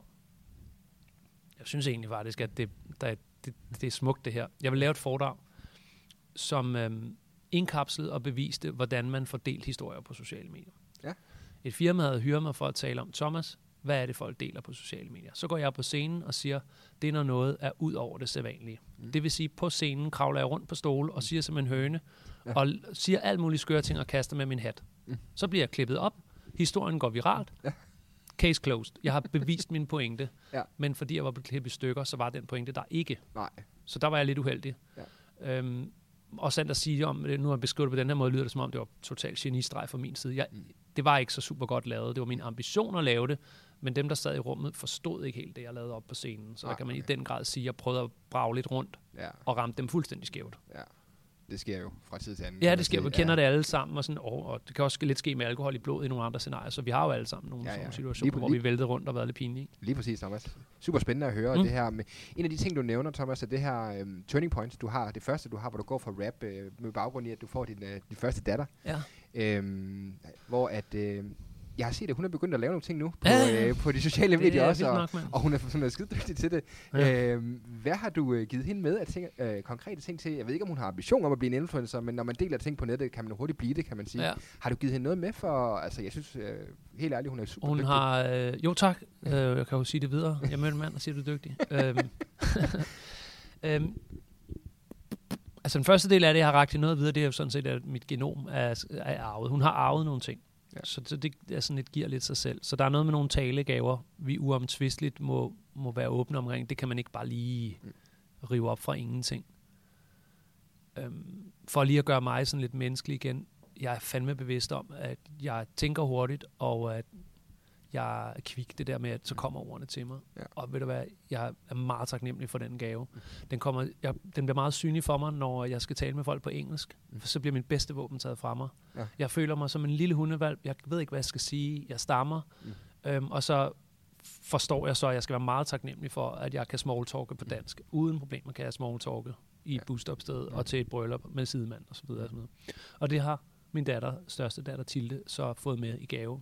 Jeg synes egentlig faktisk, at det, der, det, det er smukt det her. Jeg vil lave et foredrag, som øhm, indkapslede og beviste, hvordan man får delt historier på sociale medier. Ja. Et firma havde hyret mig for at tale om, Thomas, hvad er det, folk deler på sociale medier? Så går jeg på scenen og siger, det er når noget er ud over det sædvanlige. Mm. Det vil sige, på scenen kravler jeg rundt på stole og siger som en høne, ja. og siger alt muligt skøre ting og kaster med min hat. Mm. Så bliver jeg klippet op, historien går viralt, ja. Case closed. Jeg har bevist min pointe, ja. men fordi jeg var blevet klippet i stykker, så var den pointe der ikke. Nej. Så der var jeg lidt uheldig. Ja. Øhm, og sandt at sige om, nu har jeg beskrevet på den her måde, lyder det som om, det var totalt genistreg fra min side. Jeg, mm. Det var ikke så super godt lavet. Det var min ambition at lave det, men dem, der sad i rummet, forstod ikke helt det, jeg lavede op på scenen. Så ah, der kan man okay. i den grad sige, at jeg prøvede at brage lidt rundt ja. og ramte dem fuldstændig skævt. Ja. Det sker jo fra tid til anden. Ja, det sker. Vi kender ja. det alle sammen, og, sådan, og, og det kan også lidt ske med alkohol i blodet i nogle andre scenarier, så vi har jo alle sammen nogle ja, ja. situationer, lige, hvor lige, vi væltede rundt og været lidt pinlige. Lige præcis, Thomas. Super spændende at høre mm. det her. Med. En af de ting, du nævner, Thomas, er det her um, turning point, du har. Det første, du har, hvor du går fra rap uh, med baggrund i, at du får din, uh, din første datter. Ja. Øhm, hvor at... Uh, jeg har set, at hun er begyndt at lave nogle ting nu på, ja, øh, på de sociale medier også, og, nok, og hun er, hun er skide dygtig til det. Ja. Øhm, hvad har du øh, givet hende med af ting, øh, konkrete ting til? Jeg ved ikke, om hun har ambition om at blive en influencer, men når man deler ting på nettet, kan man hurtigt blive det, kan man sige. Ja. Har du givet hende noget med for... Altså, jeg synes øh, helt ærligt, hun er super hun dygtig. Hun har... Øh, jo, tak. Øh, jeg kan jo sige det videre. Jeg mødte en mand, og siger, du er dygtig. øhm, øhm, Altså den første del af det, jeg har rakt i noget videre, det er jo sådan set, at mit genom er, er arvet. Hun har arvet nogle ting. Ja. Så, så det er sådan lidt, giver lidt sig selv. Så der er noget med nogle talegaver, vi uomtvisteligt må, må være åbne omkring. Det kan man ikke bare lige mm. rive op fra ingenting. Øhm, for lige at gøre mig sådan lidt menneskelig igen, jeg er fandme bevidst om, at jeg tænker hurtigt, og at jeg er kvik, det der med, at så kommer ordene til mig. Ja. Og ved du hvad, jeg er meget taknemmelig for den gave. Mm. Den, kommer, jeg, den bliver meget synlig for mig, når jeg skal tale med folk på engelsk. Mm. For så bliver min bedste våben taget fra mig. Ja. Jeg føler mig som en lille hundevalp. Jeg ved ikke, hvad jeg skal sige. Jeg stammer. Mm. Øhm, og så forstår jeg så, at jeg skal være meget taknemmelig for, at jeg kan smalltalke på dansk. Mm. Uden problemer kan jeg smalltalke i et ja. busstopsted ja. og til et bryllup med sidemand og så videre. Og, så videre. Og det har min datter, største datter Tilde, så fået med i gave.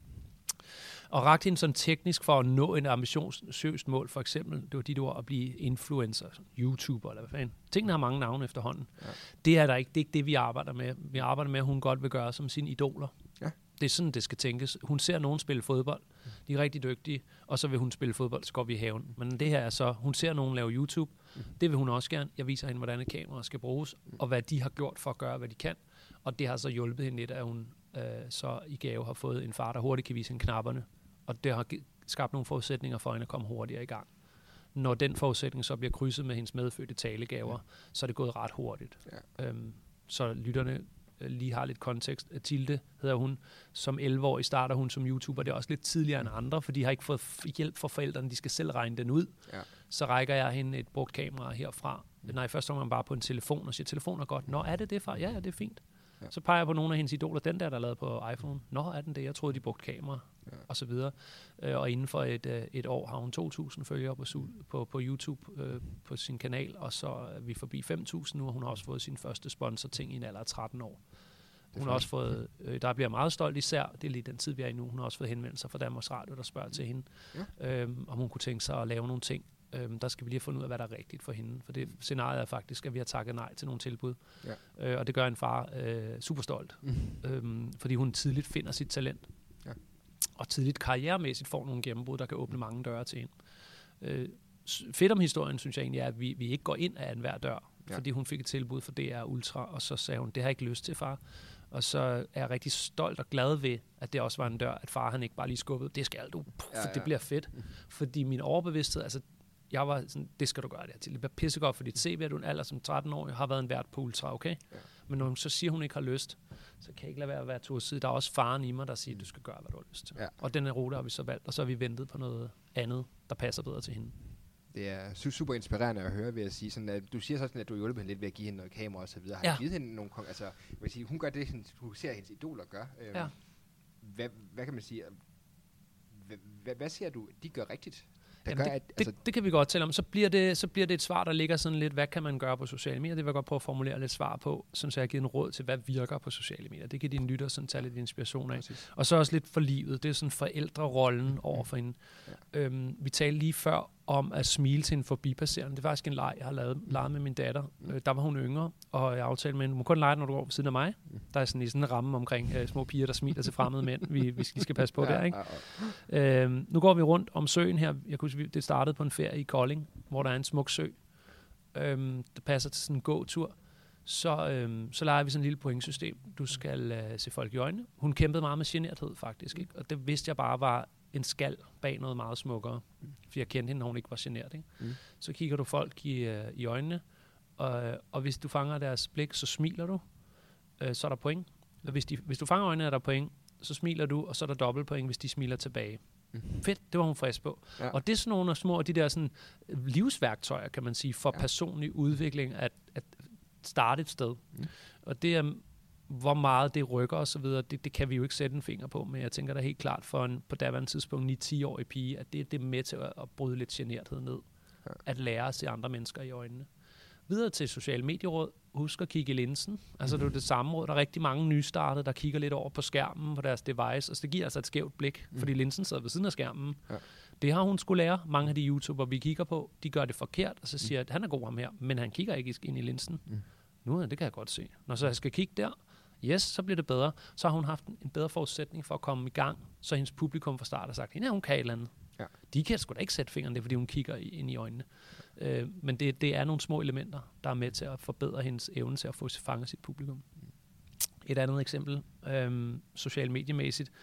Og rakt hende sådan teknisk for at nå en ambitiøst mål, for eksempel, det var dit ord, at blive influencer, YouTuber eller hvad fanden. Tingene har mange navne efterhånden. Ja. Det er der ikke, det er ikke det, vi arbejder med. Vi arbejder med, at hun godt vil gøre som sine idoler. Ja. Det er sådan, det skal tænkes. Hun ser nogen spille fodbold, de er rigtig dygtige, og så vil hun spille fodbold, så går vi i haven. Men det her er så, hun ser nogen lave YouTube, det vil hun også gerne. Jeg viser hende, hvordan et kamera skal bruges, og hvad de har gjort for at gøre, hvad de kan. Og det har så hjulpet hende lidt, at hun øh, så i gave har fået en far, der hurtigt kan vise hende knapperne. Og det har skabt nogle forudsætninger for hende at komme hurtigere i gang. Når den forudsætning så bliver krydset med hendes medfødte talegaver, ja. så er det gået ret hurtigt. Ja. Øhm, så lytterne lige har lidt kontekst. Tilde hedder hun. Som elleve-årig starter hun som YouTuber. Det er også lidt tidligere end andre, for de har ikke fået hjælp fra forældrene. De skal selv regne den ud. Ja. Så rækker jeg hende et brugt kamera herfra. Mm. Nej, først er man bare på en telefon og siger, telefon er godt. Nå, er det det, far? Ja, ja, det er fint. Ja. Så peger jeg på nogle af hendes idoler. Den der, der er lavet på iPhone. Nå, er den det? Jeg troede, de brugte kamera. Ja. Og så videre. Øh, og inden for et, et år har hun to tusind følgere på, på, på YouTube øh, på sin kanal. Og så er vi forbi fem tusind nu, og hun har også fået sin første sponsor-ting i en alder af tretten år. Hun har også fået, øh, der bliver meget stolt især, det er lige den tid, vi er i nu, hun har også fået henvendelser fra Danmarks Radio, der spørger mm. til hende, ja. øhm, om hun kunne tænke sig at lave nogle ting. Øhm, der skal vi lige have fundet ud af, hvad der er rigtigt for hende. For det scenariet er faktisk, at vi har takket nej til nogle tilbud. Ja. Øh, og det gør en far øh, super stolt. Mm. Øhm, fordi hun tidligt finder sit talent. Ja. Og tidligt karrieremæssigt får nogle gennembrud, der kan åbne mange døre til hende. Øh, fedt om historien, synes jeg egentlig er, at vi, vi ikke går ind af enhver dør. Ja. Fordi hun fik et tilbud for D R Ultra, og så sagde hun, det har jeg ikke lyst til, far. Og så er jeg rigtig stolt og glad ved, at det også var en dør, at far han ikke bare lige skubbede, det skal du, puh, ja, ja. Det bliver fedt. Mm. Fordi min overbevidsthed, altså jeg var sådan, det skal du gøre det her til. Det bliver pissegodt for dit C V, at du en alder som tretten-årig har været en vært på Ultra, okay? Ja. Men når hun så siger, hun ikke har lyst, så kan jeg ikke lade være at være to side. Der er også faren i mig, der siger, du skal gøre, hvad du har lyst til. Ja. Og den her rute har vi så valgt, og så har vi ventet på noget andet, der passer bedre til hende. Det er super inspirerende at høre, vil jeg sige. Sådan, at du siger sådan, at du hjælper hende lidt ved at give hende noget kamera og så videre. Har ja. givet hende nogle... Altså, jeg vil sige, hun gør det, hun ser hendes idoler gør. Øhm, ja. hvad, hvad kan man sige? Hvad, hvad, hvad siger du, de gør rigtigt? Jamen gør, det, at, altså det, det kan vi godt tale om. Så bliver, det, så bliver det et svar, der ligger sådan lidt, hvad kan man gøre på sociale medier? Det vil jeg godt prøve at formulere lidt svar på, sådan så jeg har givet en råd til, hvad virker på sociale medier. Det kan dine lyttere sådan tage lidt inspiration af. Præcis. Og så også lidt for livet. Det er sådan forældrerollen over for hende. Ja. Øhm, vi talte lige før om at smile til en forbipasserende. Det er faktisk en leg, jeg har lavet, leget med min datter. Mm. Øh, der var hun yngre, og jeg aftalte med hende, du må kun lege, når du går ved siden af mig. Mm. Der er sådan, i sådan en ramme omkring øh, små piger, der smiler til fremmede mænd. Vi, vi skal, skal passe på ja, der, ikke? Ja, ja. Øhm, nu går vi rundt om søen her. Jeg kunne huske, det startede på en ferie i Kolding, hvor der er en smuk sø. Øhm, det passer til sådan en gåtur. Så, øhm, så leger vi sådan en lille pointsystem. Du skal øh, se folk i øjnene. Hun kæmpede meget med generthed, faktisk. Ikke? Og det vidste jeg bare var en skal bag noget meget smukkere. Mm. For jeg kendte hende, når hun ikke var genert. Ikke? Mm. Så kigger du folk i, øh, i øjnene, og, og hvis du fanger deres blik, så smiler du. Øh, så er der point. Og hvis, de, hvis du fanger øjnene, er der point. Så smiler du, og så er der dobbelt point, hvis de smiler tilbage. Mm. Fedt, det var hun frisk på. Ja. Og det er sådan nogle små, de der sådan, livsværktøjer, kan man sige, for ja. personlig udvikling, at, at starte et sted. Mm. Og det er, hvor meget det rykker og så videre, det, det kan vi jo ikke sætte en finger på, men jeg tænker da helt klart for en på daværende tidspunkt ni til ti-årig pige, at det, det er med til at, at bryde lidt generthed ned. Ja. At lære at se andre mennesker i øjnene. Videre til social medieråd. Husk at kigge i linsen. Altså mm. det er det samme råd. Der er rigtig mange nystartede, der kigger lidt over på skærmen på deres device, og så det giver altså et skævt blik, mm. fordi linsen sidder ved siden af skærmen. Ja. Det har hun skulle lære. Mange af de YouTubere, vi kigger på, de gør det forkert, og så siger mm. at han er god ham her, men han kigger ikke ind i linsen. Mm. Nu, det kan jeg godt se. Når så jeg skal kigge der, yes, så bliver det bedre. Så har hun haft en bedre forudsætning for at komme i gang, så hendes publikum fra start har sagt, hende hun kan et eller andet. Ja. De kan sgu da ikke sætte fingeren, det er, fordi hun kigger i, ind i øjnene. Øh, men det, det er nogle små elementer, der er med til at forbedre hendes evne til at få fange sit publikum. Et andet eksempel, øh, social mediemæssigt.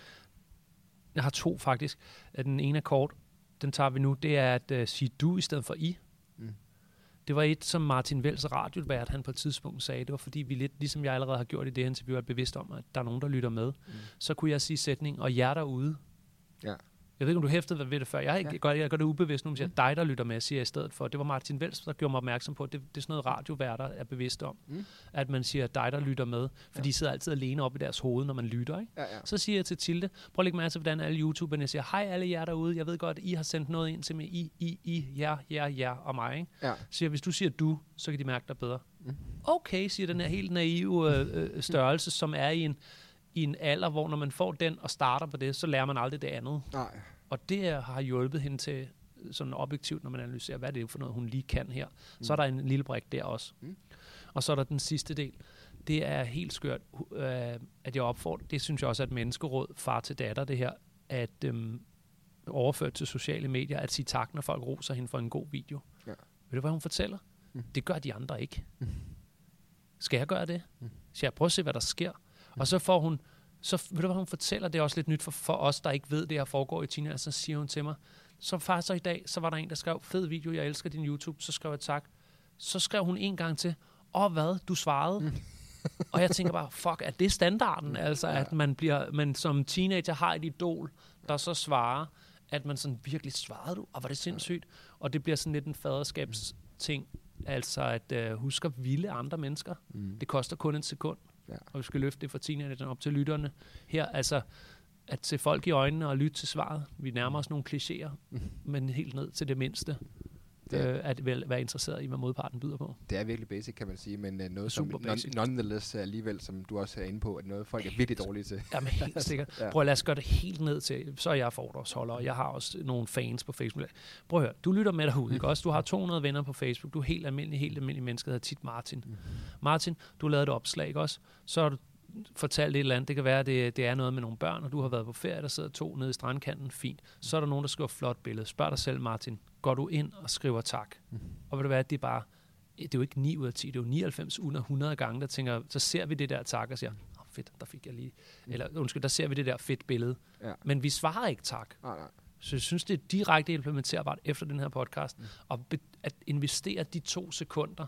Jeg har to faktisk. Den ene er kort, den tager vi nu. Det er at uh, sige du i stedet for I. Mm. Det var et, som Martin Wells radiovært, han på et tidspunkt sagde. Det var fordi vi lidt, ligesom jeg allerede har gjort i det interview, er bevidst om, at der er nogen, der lytter med. Mm. Så kunne jeg sige sætning, og jer derude. Ja. Jeg ved ikke, om du hæftede ved det før. Jeg, ja. gør, jeg gør det ubevidst nu, siger, mm. dig, der lytter med, siger jeg i stedet for. Det var Martin Wells, der gjorde mig opmærksom på, at det, det er sådan noget radioværter er bevidst om. Mm. At man siger, dig, der lytter med. For ja. de sidder altid alene op i deres hoved, når man lytter. Ikke? Ja, ja. Så siger jeg til Tilde, prøv at lægge mærke til, hvordan alle YouTuberne siger, hej alle jer derude, jeg ved godt, I har sendt noget ind til mig, I, I, I, jer, jer, jer og mig. Ikke? Ja. Så siger, hvis du siger du, så kan de mærke dig bedre. Mm. Okay, siger den her helt naive øh, størrelse, som er i en, i en alder, hvor når man får den og starter på det, så lærer man aldrig det andet. Nej. Og det har hjulpet hende til sådan objektivt, når man analyserer, hvad det er for noget, hun lige kan her. Mm. Så er der en lille brik der også. Mm. Og så er der den sidste del. Det er helt skørt, øh, at jeg opfordrer, det synes jeg også er et menneskeråd, far til datter, det her, at øhm, overføre til sociale medier, at sige tak, når folk roser hende for en god video. Ja. Ved du, hvad hun fortæller? Mm. Det gør de andre ikke. Mm. Skal jeg gøre det? Mm. Så jeg prøver at se, hvad der sker. Mm. Og så får hun Så ved du, hvad hun fortæller, det er også lidt nyt for, for os, der ikke ved, det her foregår i Tina, så siger hun til mig, så far, så i dag, så var der en, der skrev, fed video, jeg elsker din YouTube, så skrev jeg tak. Så skrev hun en gang til, åh hvad, du svarede. Mm. Og jeg tænker bare, fuck, er det standarden? Altså, ja. At man bliver, man som teenager har et idol, der så svarer, at man sådan virkelig svarede du, og var det sindssygt? Og det bliver sådan lidt en faderskabsting, altså at uh, huske at ville andre mennesker. Mm. Det koster kun en sekund. Ja. Og vi skal løfte det fra teenagerne op til lytterne. Her, altså, at se folk i øjnene og lytte til svaret. Vi nærmer os nogle klichéer, mm. men helt ned til det mindste. Det øh, at vel, være interesseret i, hvad modparten byder på. Det er virkelig basic, kan man sige, men uh, noget super som non- nonetheless alligevel, som du også er inde på, at noget folk er virkelig dårlige til. Jamen helt sikkert. Ja. Prøv at lad os gøre det helt ned til, så er jeg foredragsholder, og jeg har også nogle fans på Facebook. Prøv at høre, du lytter med derude, ikke også? Du har to hundrede venner på Facebook, du er helt almindelig, helt almindelig menneske, der hedder tit Martin. Mm. Martin, du lavede et opslag, ikke også? Så har du fortalt et eller andet. Det kan være, at det, det er noget med nogle børn, og du har været på ferie, der sidder to nede i strandkanten. Fint. Så er der nogen, der skriver flot billede. Spørg dig selv, Martin. Går du ind og skriver tak? Mm. Og ved du hvad, det er bare, det er jo ikke ni ud af ti, det er jo nioghalvfems ud af hundrede gange, der tænker, så ser vi det der tak og siger, åh oh, fedt, der fik jeg lige. Mm. Eller undskyld, der ser vi det der fedt billede. Ja. Men vi svarer ikke tak. Nej, nej. Så jeg synes, det er direkte implementerbart efter den her podcast, mm. og be- at investere de to sekunder,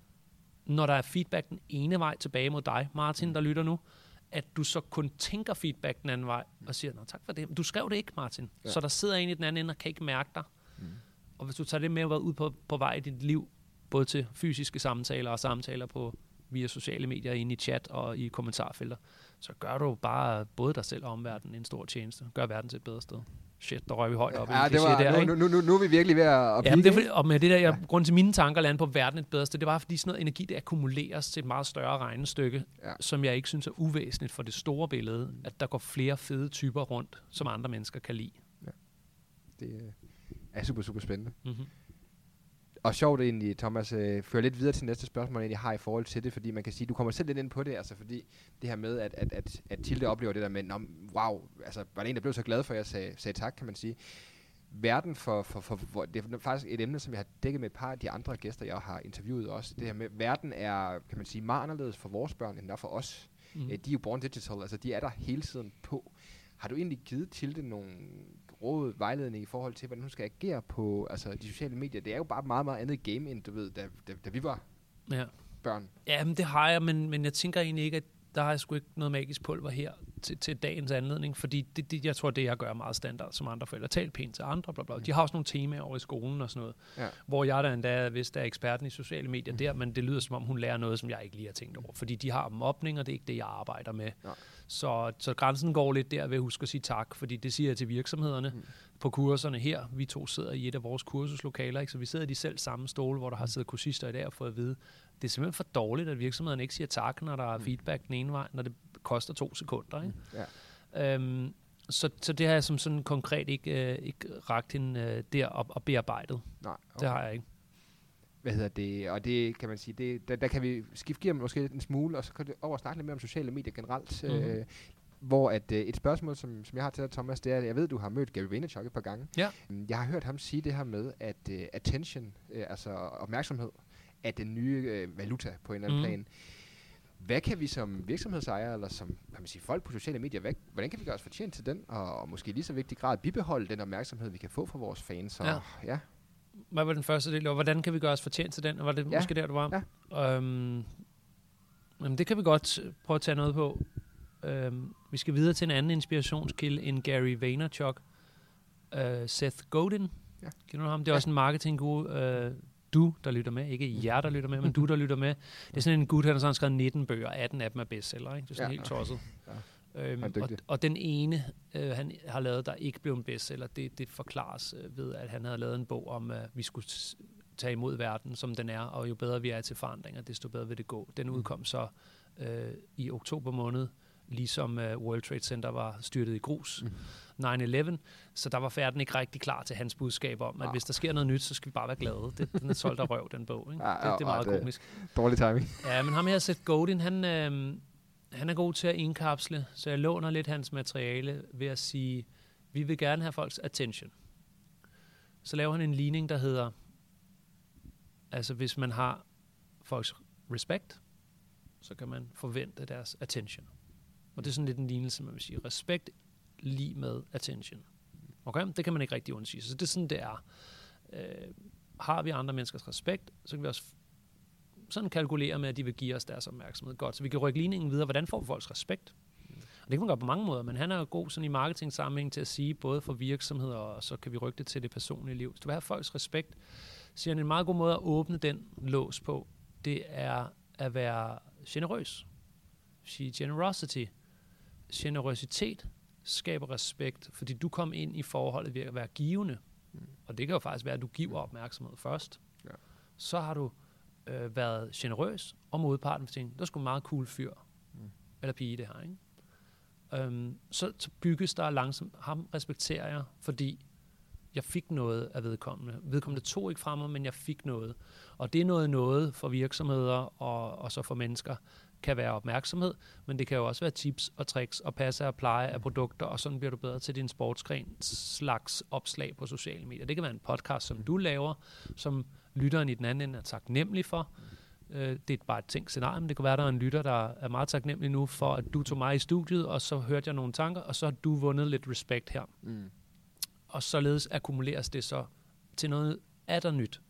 når der er feedback den ene vej tilbage mod dig, Martin, mm. der lytter nu, at du så kun tænker feedback den anden vej, og siger, nå tak for det. Du skrev det ikke, Martin. Ja. Så der sidder en i den anden ende, og kan ikke mærke dig. Mm. Og hvis du tager det med at være ud på, på vej i dit liv, både til fysiske samtaler og samtaler på via sociale medier, inde i chat og i kommentarfelter, så gør du bare både dig selv og omverdenen en stor tjeneste. Gør verden til et bedre sted. Shit, der røg vi højt op. Ja, det var, der, nu, nu, nu, nu er vi virkelig ved at ja, det er fordi, og med det der, jeg, ja. grund til mine tanker lander på verden et bedre sted, det var fordi sådan noget energi, det akkumuleres til et meget større regnestykke, ja. som jeg ikke synes er uvæsentligt for det store billede, mm. at der går flere fede typer rundt, som andre mennesker kan lide. Ja. Det er super, super spændende. Mm-hmm. Og sjovt egentlig, Thomas, øh, fører lidt videre til næste spørgsmål, jeg har i forhold til det, fordi man kan sige, du kommer selv lidt ind på det, altså fordi det her med, at, at, at, at Tilde oplever det der med, wow, altså var det en, der blev så glad for, at jeg sagde, sagde tak, kan man sige. Verden for, for, for, for, det er faktisk et emne, som jeg har dækket med et par af de andre gæster, jeg har interviewet også. Det her med, verden er, kan man sige, meget anderledes for vores børn, end der for os. Mm. De er jo born digital, altså de er der hele tiden på. Har du egentlig givet Tilde nogle råd, vejledning i forhold til, hvordan hun skal agere på altså, de sociale medier? Det er jo bare meget, meget andet game, end du ved, da, da, da vi var ja. børn. Ja, men det har jeg, men, men jeg tænker egentlig ikke, at der har jeg sgu ikke noget magisk pulver her til, til dagens anledning, fordi det, det, jeg tror, det jeg gør meget standard som andre forældre. Tal pænt til andre, bla bla. De har også nogle temaer over i skolen og sådan noget, ja. hvor jeg der endda, hvis der er eksperten i sociale medier mm. der, men det lyder som om, hun lærer noget, som jeg ikke lige har tænkt over, fordi de har mobning, og det er ikke det, jeg arbejder med. Ja. Så, så grænsen går lidt der ved at huske at sige tak, fordi det siger jeg til virksomhederne mm. på kurserne her. Vi to sidder i et af vores kursuslokaler, ikke? Så vi sidder i de selv samme stole, hvor der har siddet kursister i dag og fået at vide, det er simpelthen for dårligt, at virksomhederne ikke siger tak, når der er feedback den ene vej, når det koster to sekunder. Ikke? Ja. Øhm, så, så det har jeg som sådan konkret ikke, øh, ikke rakt hende øh, der og, og bearbejdet. Nej, okay. Det har jeg ikke. Hvad hedder det? Og det kan man sige, det, der, der kan vi skifte gear måske en smule, og så kan det over snakke lidt mere om sociale medier generelt. Mm-hmm. Øh, hvor at, øh, et spørgsmål, som, som jeg har til dig, Thomas, det er, at jeg ved, du har mødt Gary Vaynerchuk et par gange. Ja. Jeg har hørt ham sige det her med, at uh, attention, uh, altså opmærksomhed, er den nye uh, valuta på en eller anden mm. plan. Hvad kan vi som virksomhedsejere, eller som kan man sige, folk på sociale medier, hvad, hvordan kan vi gøre os fortjent til den, og, og måske lige så vigtig grad bibeholde den opmærksomhed, vi kan få fra vores fans? Og, ja. ja. Hvad var den første del, og hvordan kan vi gøre os fortjent til den, og var det ja. måske der, du var? Ja. Øhm, jamen, det kan vi godt prøve at tage noget på. Øhm, vi skal videre til en anden inspirationskilde end Gary Vaynerchuk. Øh, Seth Godin. Ja. Kender du ham? Det er ja. også en marketingguru. Øh, du, der lytter med. Ikke jer, der lytter med, men du, der lytter med. Det er sådan en gut, han har sådan skrevet nitten bøger. atten af dem er bestseller, ikke? Det er sådan ja. helt tosset. Ja. Øhm, og, og den ene, øh, han har lavet, der ikke blev en bestseller, det, det forklares øh, ved, at han havde lavet en bog om, at vi skulle t- tage imod verden, som den er, og jo bedre vi er til forandringer, desto bedre vil det gå. Den udkom så øh, i oktober måned, ligesom uh, World Trade Center var styrtet i grus, mm. nine eleven, så der var verden ikke rigtig klar til hans budskab om, at ja. hvis der sker noget nyt, så skal vi bare være glade. Det, den er solgt af røv, den bog. Ikke? Ja, det, det er meget det komisk. Dårlig timing. Ja, men ham her, Seth Godin, han, øh, han er god til at indkapsle, så jeg låner lidt hans materiale ved at sige, vi vil gerne have folks attention. Så laver han en ligning, der hedder, altså hvis man har folks respekt, så kan man forvente deres attention. Og det er sådan lidt en lignelse, man vil sige. Respekt lige med attention. Okay? Det kan man ikke rigtig undsige. Så det er sådan, det er. Øh, har vi andre menneskers respekt, så kan vi også sådan kalkulere med, at de vil give os deres opmærksomhed. Godt, så vi kan rykke ligningen videre. Hvordan får vi folks respekt? Og det kan man gøre på mange måder, men han er jo god sådan i marketing-sammenhæng til at sige, både for virksomheder, og så kan vi rykke det til det personlige liv. Hvis du vil have folks respekt, så er en meget god måde at åbne den lås på, det er at være generøs. Sige generosity. Generøsitet skaber respekt, fordi du kom ind i forholdet ved at være givende. Mm. Og det kan jo faktisk være, at du giver opmærksomhed først. Ja. Så har du øh, været generøs, og modparten for ting, der er sgu en meget cool fyr. Mm. Eller pige, det her, ikke? Øhm, så, så bygges der langsomt. Ham respekterer jeg, fordi jeg fik noget af vedkommende. Vedkommende tog ikke fra mig, men jeg fik noget. Og det er noget noget for virksomheder og, og så for mennesker, kan være opmærksomhed, men det kan jo også være tips og tricks og passe og pleje af produkter, og sådan bliver du bedre til din sportsgren slags opslag på sociale medier. Det kan være en podcast, som du laver, som lytteren i den anden ende er taknemmelig for. Det er bare et tænkt scenarie, men det kan være, der er en lytter, der er meget taknemmelig nu for, at du tog mig i studiet, og så hørte jeg nogle tanker, og så har du vundet lidt respekt her. Mm. Og således akkumuleres det så til noget atter nyt.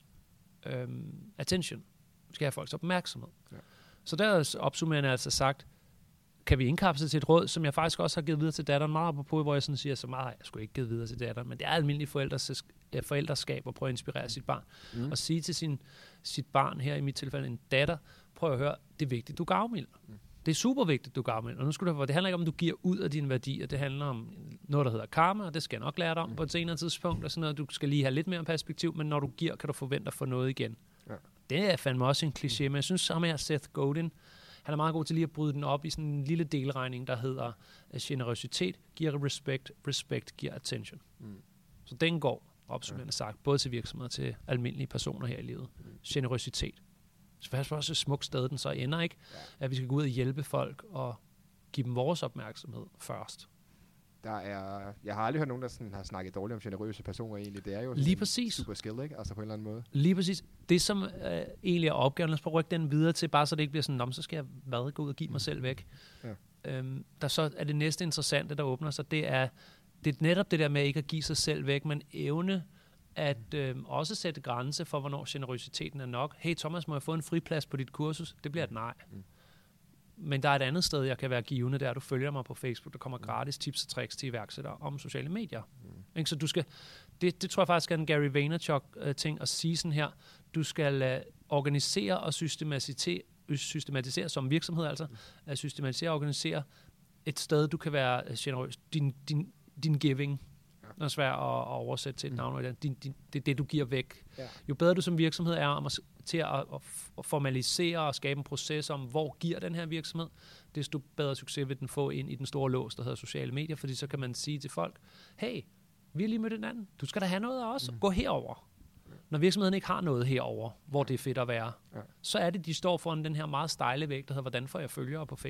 Øhm, attention. Skal have folks opmærksomhed. Ja. Så der opsummerende altså sagt, kan vi indkapsle til et råd, som jeg faktisk også har givet videre til datteren, meget på, hvor jeg sådan siger, så meget har jeg sgu ikke givet videre til datteren, men det er almindeligt forældres, forældreskab at prøve at inspirere sit barn. Mm. Og sige til sin, sit barn, her i mit tilfælde en datter, prøv at høre, det er vigtigt, du gavmilder. Mm. Det er super vigtigt, du gavmilder. Og nu skal du, det handler ikke om, at du giver ud af dine værdier, det handler om noget, der hedder karma, og det skal jeg nok lære dig om mm. på et senere tidspunkt, og sådan noget, du skal lige have lidt mere perspektiv, men når du giver, kan du forvente at få noget igen. Ja. Det er fandme også en kliché, men jeg synes sammen med Seth Godin, han er meget god til lige at bryde den op i sådan en lille delregning, der hedder generøsitet giver respekt, respekt giver attention. Mm. Så den går, opsummerende sagt, både til virksomheder og til almindelige personer her i livet. Mm. Generøsitet. Så det er også et smukt sted, den så ender, ikke? Ja. At vi skal gå ud og hjælpe folk og give dem vores opmærksomhed først. Der er, jeg har aldrig hørt nogen, der sådan har snakket dårligt om generøse personer egentlig. Det er jo lige præcis. Super skill, ikke? Altså på en eller anden måde. Lige præcis. Det som øh, egentlig er opgaven, lad os prøve at rykke den videre til, bare så det ikke bliver sådan, om så skal jeg hvad, gå ud og give mig selv væk. Ja. Øhm, der så er det næste interessante, der åbner sig, det er, det er netop det der med ikke at give sig selv væk, men evne at øh, også sætte grænse for, hvornår generøsiteten er nok. Hey Thomas, må jeg få en friplads på dit kursus? Det bliver et nej. Mm. Men der er et andet sted, jeg kan være givende, der du følger mig på Facebook, der kommer gratis tips og tricks til iværksættere om sociale medier. Mm. Så du skal, det, det tror jeg faktisk er en Gary Vaynerchuk-ting uh, at sige sådan her. Du skal uh, organisere og systematisere, systematisere som virksomhed altså, mm. at systematisere og organisere et sted, du kan være generøs. Din, din, din giving. Det er svært at, at oversætte til et navn. Mm. Din, din, det er det, du giver væk. Ja. Jo bedre du som virksomhed er om at, til at, at, at formalisere og skabe en proces om, hvor giver den her virksomhed, desto bedre succes vil den få ind i den store lås, der hedder sociale medier, fordi så kan man sige til folk, hey, vi har lige mødt hinanden, du skal da have noget af os, mm. gå herover. Ja. Når virksomheden ikke har noget herover, hvor det er fedt at være, ja. så er det, de står foran den her meget stejle væg, der hedder, hvordan får jeg følgere på Facebook?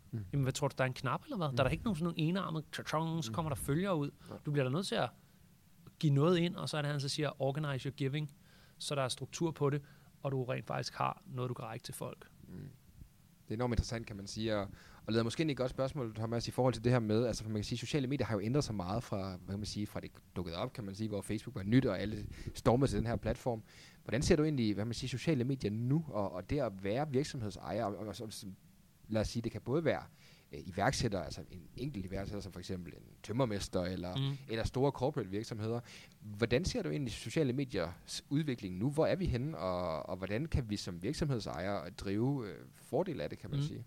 Mm. Jamen, hvad tror du, der er en knap eller hvad? Mm. Der er der ikke nogen sådan nogle enarmet, så kommer der følger ud. Ja. Du bliver da nødt til at give noget ind, og så er det, han så siger, organize your giving, så der er struktur på det, og du rent faktisk har noget, du kan række til folk. Mm. Det er enormt interessant, kan man sige, og, og leder måske et godt spørgsmål, Thomas, i forhold til det her med, altså for man kan sige, sociale medier har jo ændret sig meget fra, hvad kan man sige, fra det dukkede op, kan man sige, hvor Facebook var nyt, og alle stormede til den her platform. Hvordan ser du egentlig, hvad man siger, sociale medier nu, og, og det at være virksomhedsejer, og, og, og, og lad os sige, det kan både være øh, iværksætter, altså en enkelt iværksætter, som for eksempel en tømmermester, eller, mm. eller store corporate virksomheder. Hvordan ser du egentlig sociale mediers udvikling nu? Hvor er vi henne, og, og hvordan kan vi som virksomhedsejer drive øh, fordel af det, kan man mm. sige?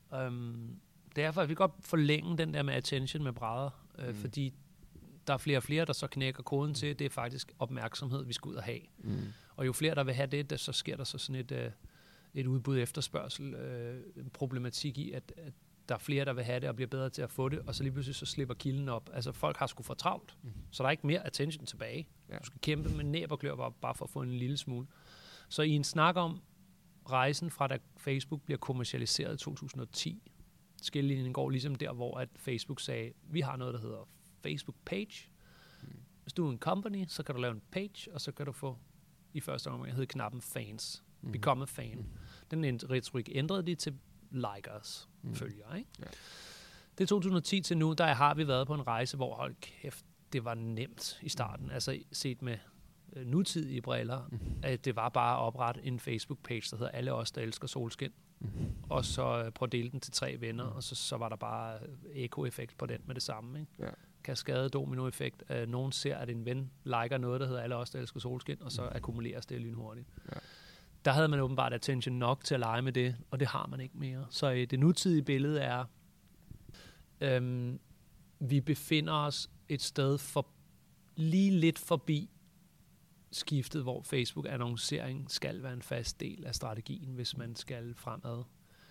Um, derfor vi godt forlænge den der med attention med brædder, øh, mm. fordi der er flere og flere, der så knækker koden til, det er faktisk opmærksomhed, vi skal ud og have. Mm. Og jo flere, der vil have det, der, så sker der så sådan et, øh, et udbud efterspørgsel, øh, en problematik i, at, at der er flere, der vil have det og bliver bedre til at få det, og så lige pludselig så slipper kilden op. Altså folk har sgu for travlt, mm. så der er ikke mere attention tilbage. Ja. Du skal kæmpe med næb og klør bare, bare for at få en lille smule. Så i en snak om rejsen fra da Facebook bliver kommercialiseret i to tusind og ti, skillelinjen går ligesom der, hvor at Facebook sagde, vi har noget, der hedder Facebook page. Mm. Hvis du er en company, så kan du lave en page, og så kan du få i første omgang hedder knappen fans. Mm. Become a fan. Mm. Den retorik ændrede de til like us, mm. følger, ikke? Ja. Det er to tusind og ti til nu, der har vi været på en rejse, hvor hold kæft, det var nemt i starten. Mm. Altså set med øh, nutidige briller, mm. at det var bare at oprette en Facebook-page, der hedder Alle os, der elsker solskin. Mm. Og så øh, prøve at dele den til tre venner, mm. og så, så var der bare eko-effekt på den med det samme, ikke? Ja. Kaskade, domino-effekt. Øh, nogen ser, at en ven liker noget, der hedder Alle os, der elsker solskin, og så mm. akkumuleres det lynhurtigt. Ja. Der havde man åbenbart attention nok til at lege med det, og det har man ikke mere. Så øh, det nutidige billede er, øhm, vi befinder os et sted for, lige lidt forbi skiftet, hvor Facebook-annoncering skal være en fast del af strategien, hvis man skal fremad.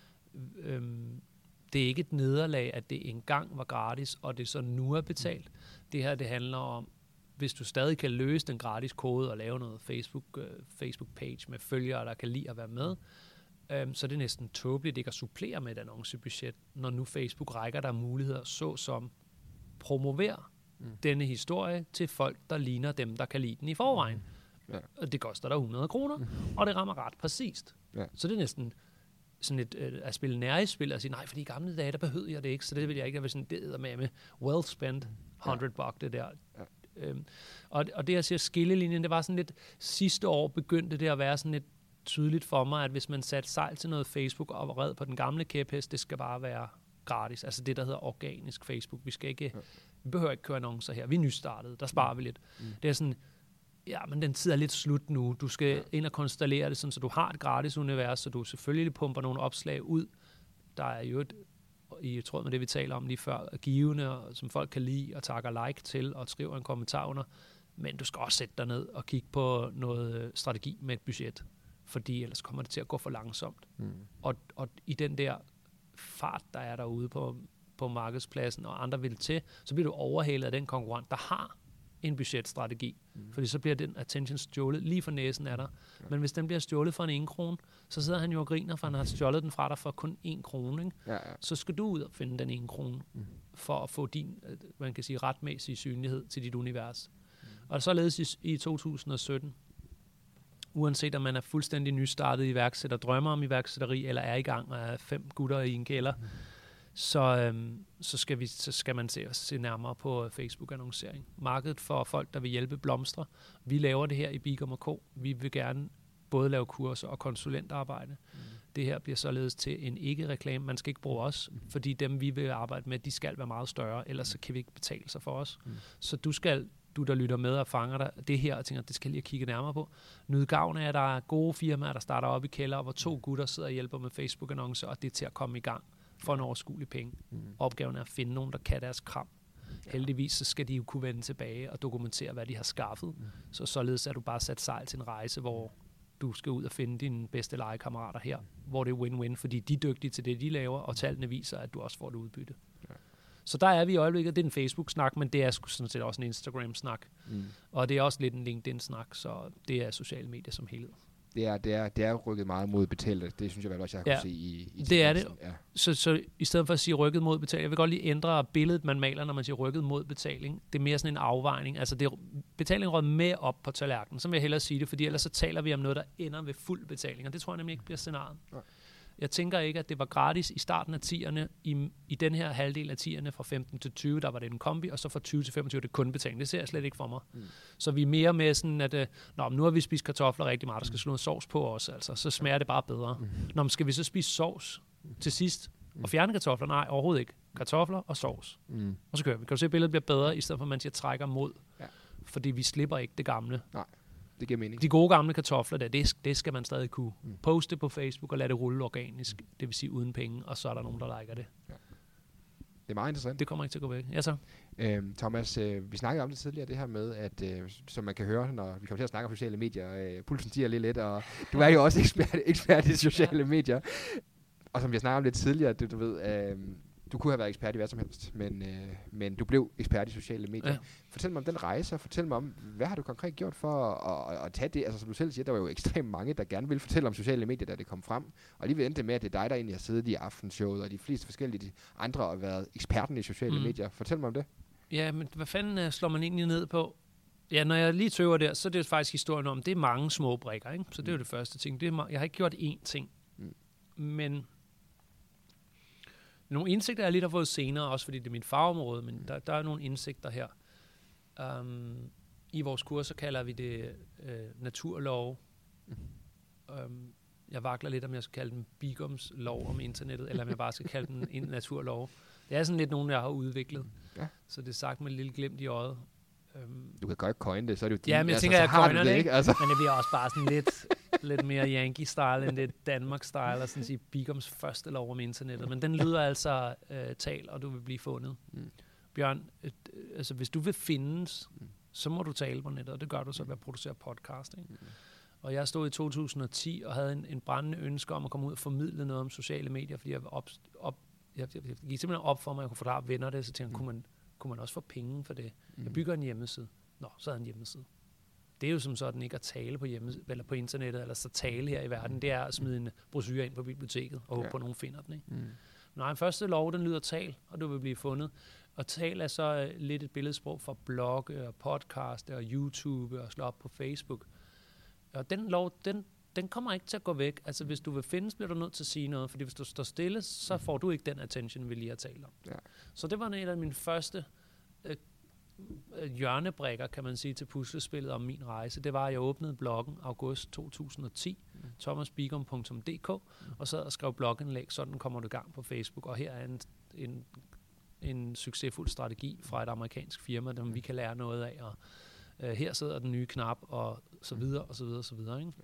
Øhm, det er ikke et nederlag, at det engang var gratis, og det så nu er betalt. Det her, det handler om, hvis du stadig kan løse den gratis kode og lave noget Facebook, uh, Facebook-page med følgere, der kan lide at være med, um, så er det næsten tåbeligt ikke at supplere med et annoncebudget, når nu Facebook rækker der muligheder, såsom promovere mm. denne historie til folk, der ligner dem, der kan lide den i forvejen. Mm. Ja. Og det koster der hundrede kroner, mm. og det rammer ret præcist. Ja. Så det er næsten sådan et øh, at spille nærhedsspil og sige, nej, fordi i gamle dage, der behøvede jeg det ikke, så det vil jeg ikke have sådan, det er med med well spent hundrede ja. buck, det der. Ja. Øhm, og, og det, jeg siger, skillelinjen, det var sådan lidt, sidste år begyndte det at være sådan lidt tydeligt for mig, at hvis man satte sejl til noget Facebook og var red på den gamle kæphest, det skal bare være gratis. Altså det, der hedder organisk Facebook. Vi skal ikke, ja. vi behøver ikke køre annoncer her. Vi er nystartede, der sparer mm. vi lidt. Mm. Det er sådan, ja, men den tid er lidt slut nu. Du skal ja. ind og konstallere det, sådan, så du har et gratis univers, så du selvfølgelig pumper nogle opslag ud. Der er jo et, i tråd med det, vi taler om lige før, givende, som folk kan lide og takker like til og skriver en kommentar under. Men du skal også sætte dig ned og kigge på noget strategi med et budget, fordi ellers kommer det til at gå for langsomt. Mm. Og, og i den der fart, der er derude på, på markedspladsen, og andre vil til, så bliver du overhalet af den konkurrent, der har en budgetstrategi. Mm. Fordi så bliver den attention stjålet lige for næsen af dig. Ja. Men hvis den bliver stjålet for en en krone, så sidder han jo og griner, for han har stjålet den fra dig for kun en krone. Ikke? Ja, ja. Så skal du ud og finde den en krone, mm. for at få din, man kan sige, retmæssige synlighed til dit univers. Mm. Og således i, i to tusind og sytten, uanset om man er fuldstændig nystartet iværksætter, drømmer om iværksætteri, eller er i gang og er fem gutter i en kælder, mm. så, øhm, så, skal vi, så skal man se, se nærmere på Facebook-annoncering. Markedet for folk, der vil hjælpe blomstre. Vi laver det her i Bigum og Co. Vi vil gerne både lave kurser og konsulentarbejde. Mm. Det her bliver således til en ikke-reklame. Man skal ikke bruge os, mm. fordi dem, vi vil arbejde med, de skal være meget større, ellers så kan vi ikke betale sig for os. Mm. Så du skal, du der lytter med og fanger dig det her, og tænker, det skal jeg lige kigge nærmere på. Nyd gavn af, at der er gode firmaer, der starter op i kælder, hvor to gutter sidder og hjælper med Facebook-annoncer, og det er til at komme i gang for en overskuelig penge. Mm. Opgaven er at finde nogen, der kan deres kram. Ja. Heldigvis så skal de jo kunne vende tilbage og dokumentere, hvad de har skaffet. Mm. Så således er du bare sat sejl til en rejse, hvor du skal ud og finde dine bedste legekammerater her, mm. hvor det er win-win, fordi de er dygtige til det, de laver, og tallene viser, at du også får det udbytte. Ja. Så der er vi i øjeblikket. Det er en Facebook-snak, men det er sådan set også en Instagram-snak. Mm. Og det er også lidt en LinkedIn-snak, så det er sociale medier som helhed. Det er, det, er, det er rykket meget mod betalte. Det synes jeg vel også, jeg har Ja, kunne se i, i det er det. Ja. Så, så i stedet for at sige rykket mod betaling, jeg vil godt lige ændre billedet, man maler, når man siger rykket mod betaling. Det er mere sådan en afvejning. Altså det, betaling rød med op på tallerkenen, så vil jeg hellere sige det, fordi ellers så taler vi om noget, der ender ved fuld betaling, og det tror jeg nemlig ikke bliver scenariet. Nej. Jeg tænker ikke, at det var gratis i starten af tierne, i, i den her halvdel af tierne fra femten til tyve, der var det en kombi, og så fra tyve til femogtyve, det er kun betaling. Det ser jeg slet ikke for mig. Mm. Så vi er mere med sådan, at nå, nu har vi spist kartofler rigtig meget, der skal slå noget sovs på os, altså, så smager det bare bedre. Mm. Nå, men skal vi så spise sovs til sidst, og fjerne kartofler? Nej, overhovedet ikke. Kartofler og sovs. Mm. Og så kører vi. Kan du se, at billedet bliver bedre, i stedet for at man siger trækker mod, ja. Fordi vi slipper ikke det gamle. Nej. Det giver mening. De gode gamle kartofler, der, det, det skal man stadig kunne mm. poste på Facebook og lade det rulle organisk, det vil sige uden penge, og så er der nogen, der liker det. Ja. Det er meget interessant. Det kommer ikke til at gå væk. Ja, så. Øhm, Thomas, øh, vi snakkede om det tidligere, det her med, at øh, som man kan høre, når vi kommer til at snakke om sociale medier, øh, pulsen stiger lidt lidt, og du er jo også ekspert, ekspert i sociale ja. medier. Og som jeg snakkede om lidt tidligere, du, du ved, øh, du kunne have været ekspert i hvad som helst, men, øh, men du blev ekspert i sociale medier. Ja. Fortæl mig om den rejse, og fortæl mig om, hvad har du konkret gjort for at, at, at tage det? Altså som du selv siger, der var jo ekstremt mange, der gerne ville fortælle om sociale medier, da det kom frem. Og lige ved endte med, at det er dig, der egentlig har siddet i aftenshowet, og de fleste forskellige andre har været eksperten i sociale mm. medier. Fortæl mig om det. Ja, men hvad fanden uh, slår man egentlig ned på? Ja, når jeg lige tøver der, så er det faktisk historien om, det er mange små brikker, ikke? Så det er jo det første ting. Det er, jeg har ikke gjort én ting, mm. men nogle indsigter, jeg lidt har fået senere, også fordi det er mit fagområde, men der, der er nogle indsigter her. Um, I vores kurser kalder vi det uh, naturlov. Mm. Um, jeg vakler lidt, om jeg skal kalde den Bigums lov om internettet, eller om jeg bare skal kalde den en naturlov. Det er sådan lidt nogen, jeg har udviklet. Ja. Så det er sagt med et lille glimt i øjet. Um, du kan godt coin det, så er det jo din. Ja, men jeg altså, tænker, jeg coiner det, ikke? Altså. Men det bliver også bare sådan lidt, lidt mere Yankee-style, end det Danmark-style, og sådan sige Bigums første lov om internettet. Men den lyder altså øh, tal, og du vil blive fundet. Mm. Bjørn, øh, altså hvis du vil findes, mm. så må du tale på nettet, og det gør du så ved at producere podcast, ikke? Mm. Og jeg stod i to tusind og ti og havde en, en brændende ønske om at komme ud og formidle noget om sociale medier, fordi jeg, op, op, jeg, jeg, jeg gik simpelthen op for mig, at jeg kunne forklare venner det, så tænkte jeg, mm. kunne, man, kunne man også få penge for det? Mm. Jeg bygger en hjemmeside. Nå, så er en hjemmeside. Det er jo som sådan ikke at tale på, hjemme, eller på internettet, eller så tale her i verden. Det er at smide en brochure ind på biblioteket, og håbe ja. på, at nogen finder den. Ikke? Mm. Nej, den første lov, den lyder tal, og du vil blive fundet. Og tal er så uh, lidt et billedsprog for blogge, og podcast, og YouTube, og slå op på Facebook. Og den lov, den, den kommer ikke til at gå væk. Altså, hvis du vil findes, bliver du nødt til at sige noget, fordi hvis du står stille, så får du ikke den attention, vi lige har talt om. Ja. Så det var en af mine første øh, hjørnebrikker, kan man sige, til puslespillet om min rejse. Det var, at jeg åbnede bloggen august to tusind og ti, mm. thomas bigum punktum d k, mm. og sad og skrev blogindlæg, sådan kommer du i gang på Facebook. Og her er en, en, en succesfuld strategi fra et amerikansk firma, som mm. vi kan lære noget af. Og uh, her sidder den nye knap, og så videre, og så videre, og så videre. Ikke?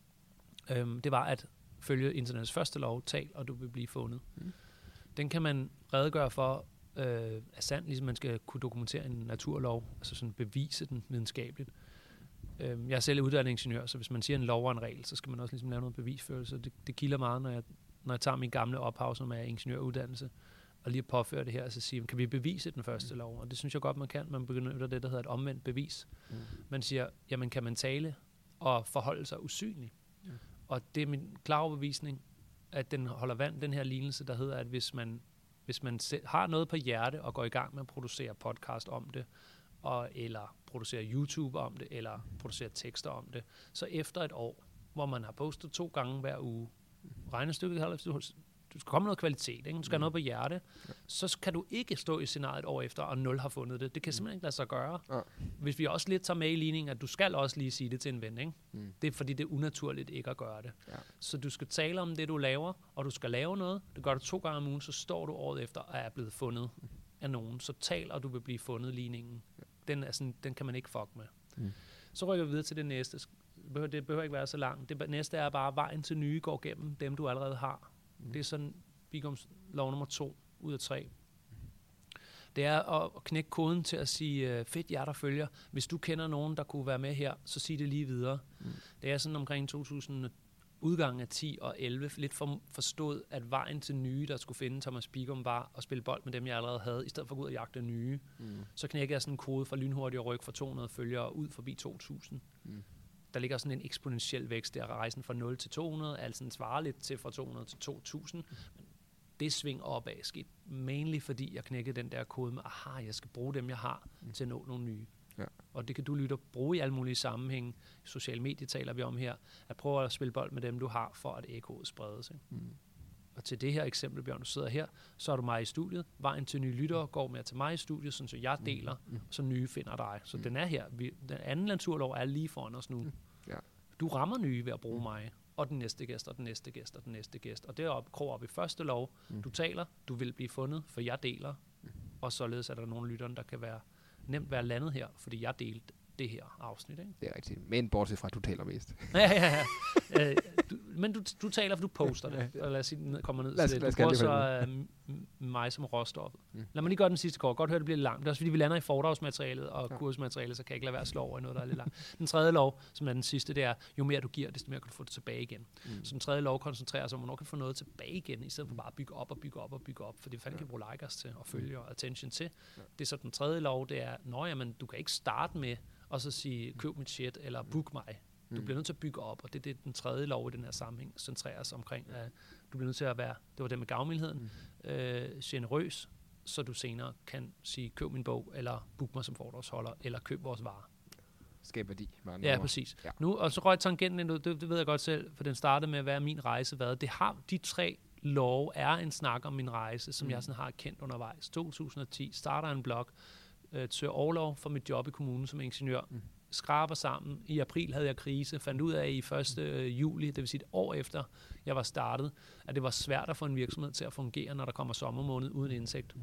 Ja. Øhm, det var at følge internets første lov, tal, og du vil blive fundet. Mm. Den kan man redegøre for, øh, er sandt, ligesom man skal kunne dokumentere en naturlov, altså sådan bevise den videnskabeligt. Øh, jeg er selv uddannet ingeniør, så hvis man siger en lov og en regel, så skal man også ligesom lave noget bevisførelse. Det, det kilder meget, når jeg, når jeg tager min gamle ophav, som er ingeniøruddannelse, og lige påfører det her, og så siger, kan vi bevise den første mm. lov? Og det synes jeg godt, man kan. Man begynder det, der hedder et omvendt bevis. Mm. Man siger, jamen kan man tale og forholde sig usynlig? Mm. Og det er min klare overbevisning, at den holder vand, den her lignelse, der hedder, at hvis man, hvis man har noget på hjerte og går i gang med at producere podcast om det, og, eller producere YouTube om det, eller producere tekster om det, så efter et år, hvor man har postet to gange hver uge, regnestykket kalder du skal komme noget kvalitet, ikke? Du skal mm. have noget på hjerte, ja. Så kan du ikke stå i scenariet et år efter, og nul har fundet det. Det kan simpelthen ikke lade sig gøre. Ja. Hvis vi også lidt tager med i ligningen, at du skal også lige sige det til en ven, ikke? Mm. Det er fordi, det er unaturligt ikke at gøre det. Ja. Så du skal tale om det, du laver, og du skal lave noget. Det gør du to gange om ugen, så står du året efter og er blevet fundet mm. af nogen. Så tal, og du vil blive fundet ligningen. Ja. Den, er sådan, den kan man ikke fuck med. Mm. Så rykker vi videre til det næste. Det behøver ikke være så langt. Det næste er bare, vejen til nye går gennem dem, du allerede har. Mm. Det er sådan Bigums lov nummer to ud af tre. Det er at knække koden til at sige, fedt jer, der følger. Hvis du kender nogen, der kunne være med her, så sig det lige videre. Mm. Det er sådan omkring to tusind, udgangen af ti og elleve, lidt for, forstået, at vejen til nye, der skulle finde Thomas Bigum, var at spille bold med dem, jeg allerede havde, i stedet for at gå ud og jagte nye. Mm. Så knækkede jeg sådan en kode fra lynhurtig og ryk fra to hundrede følgere ud forbi to tusind. Mm. der ligger sådan en eksponentiel vækst der, rejsen fra nul til to hundrede, altså svarer lidt til fra to hundrede til to tusind, men det sving opad sket mainly fordi jeg knækkede den der kode med, aha, jeg skal bruge dem, jeg har, mm. til at nå nogle nye. Ja. Og det kan du lytte og bruge i alle mulige sammenhænge. Sociale medier taler vi om her. At prøve at spille bold med dem, du har, for at ekkoet spredes. Mm. Og til det her eksempel, Bjørn, du sidder her, så er du mig i studiet. Vejen til nye lyttere går med til mig i studiet, sådan så jeg deler, mm. så nye finder dig. Så mm. den er her. Vi, den anden naturlov er lige foran os nu. Mm. Ja. Du rammer nye ved at bruge mm. mig. Og den næste gæst, og den næste gæst, og den næste gæst. Og deroppe krog op i første lov. Mm. Du taler, du vil blive fundet, for jeg deler. Mm. Og således er der nogle lytterne, der kan være nemt være landet her, fordi jeg delte det her afsnit. Ikke? Det er rigtigt. Men bortset fra, at du taler mest. ja, ja, ja. Øh, du, men du, du taler, for du poster det. Og lad os sige, den kommer ned til det. Du bruger så øh, mig som råstoffet. Mm. Lad mig lige gøre den sidste kort. Godt høre, det bliver langt. Det er også fordi, vi lander i foredragsmaterialet og ja. kursmaterialet, så kan jeg ikke lade være at slå over i noget, der er lidt langt. Den tredje lov, som er den sidste, det er, jo mere du giver, desto mere kan du få det tilbage igen. Mm. Så den tredje lov koncentrerer sig om, hvornår kan du få noget tilbage igen, i stedet for bare at bygge op og bygge op og bygge op. For det fanden ja. kan bruge likers til og følge og attention til. Ja. Det er så den tredje lov, det er, nå jamen, du kan ikke starte med og så sige, køb mit shit, eller book mig. Du bliver nødt til at bygge op, og det er det, den tredje lov i den her sammenhæng centrerer sig omkring. At du bliver nødt til at være, det var det med gavmildheden, mm. øh, generøs, så du senere kan sige, køb min bog, eller book mig som foredragsholder, eller køb vores varer. Skab værdi. Ja, præcis. Ja. Nu, og så røg tangenten ind, det, det ved jeg godt selv, for den startede med at være min rejse, hvad det har, de tre love er en snak om min rejse, som mm. jeg sådan har kendt undervejs. to tusind og ti starter en blog, øh, søger overlov for mit job i kommunen som ingeniør, mm. skraber sammen. I april havde jeg krise, fandt ud af i første øh, juli, det vil sige et år efter jeg var startet, at det var svært at få en virksomhed til at fungere, når der kommer sommermåned uden indtægt.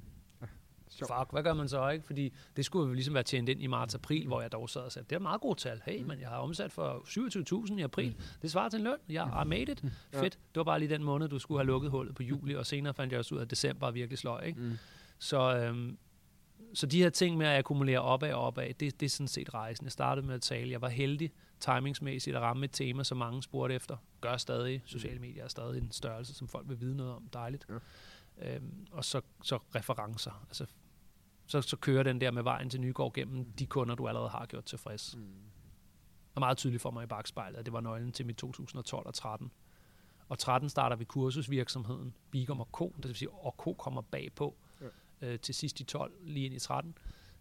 Fuck, hvad gør man så, ikke? Fordi det skulle jo ligesom være tjent ind i marts-april, hvor jeg dog sad og sagde, det er et meget godt tal. Hey, men jeg har omsat for syvogtyve tusind i april. Det svarer til en løn. Jeg I made it. Fedt. Det var bare lige den måned, du skulle have lukket hullet på juli, og senere fandt jeg også ud af, at december er virkelig sløj, ikke? Mm. Så, øhm, så de her ting med at akkumulere opad og opad, det, det er sådan set rejsen. Jeg startede med at tale. Jeg var heldig timingsmæssigt at ramme et tema, som mange spurgte efter. Gør stadig. Sociale medier er stadig en størrelse, som folk vil vide noget om. Dejligt. Ja. Øhm, og så, så referencer. Altså, så, så kører den der med vejen til Nygaard gennem de kunder, du allerede har gjort tilfreds. Mm. Og meget tydeligt for mig i bagspejlet, at det var nøglen til mit to tusind og tolv og tretten. Og tretten starter vi kursusvirksomheden, Bigum og Co. Det vil sige, og Co kommer bagpå ja. øh, til sidst i tolv, lige ind i tretten.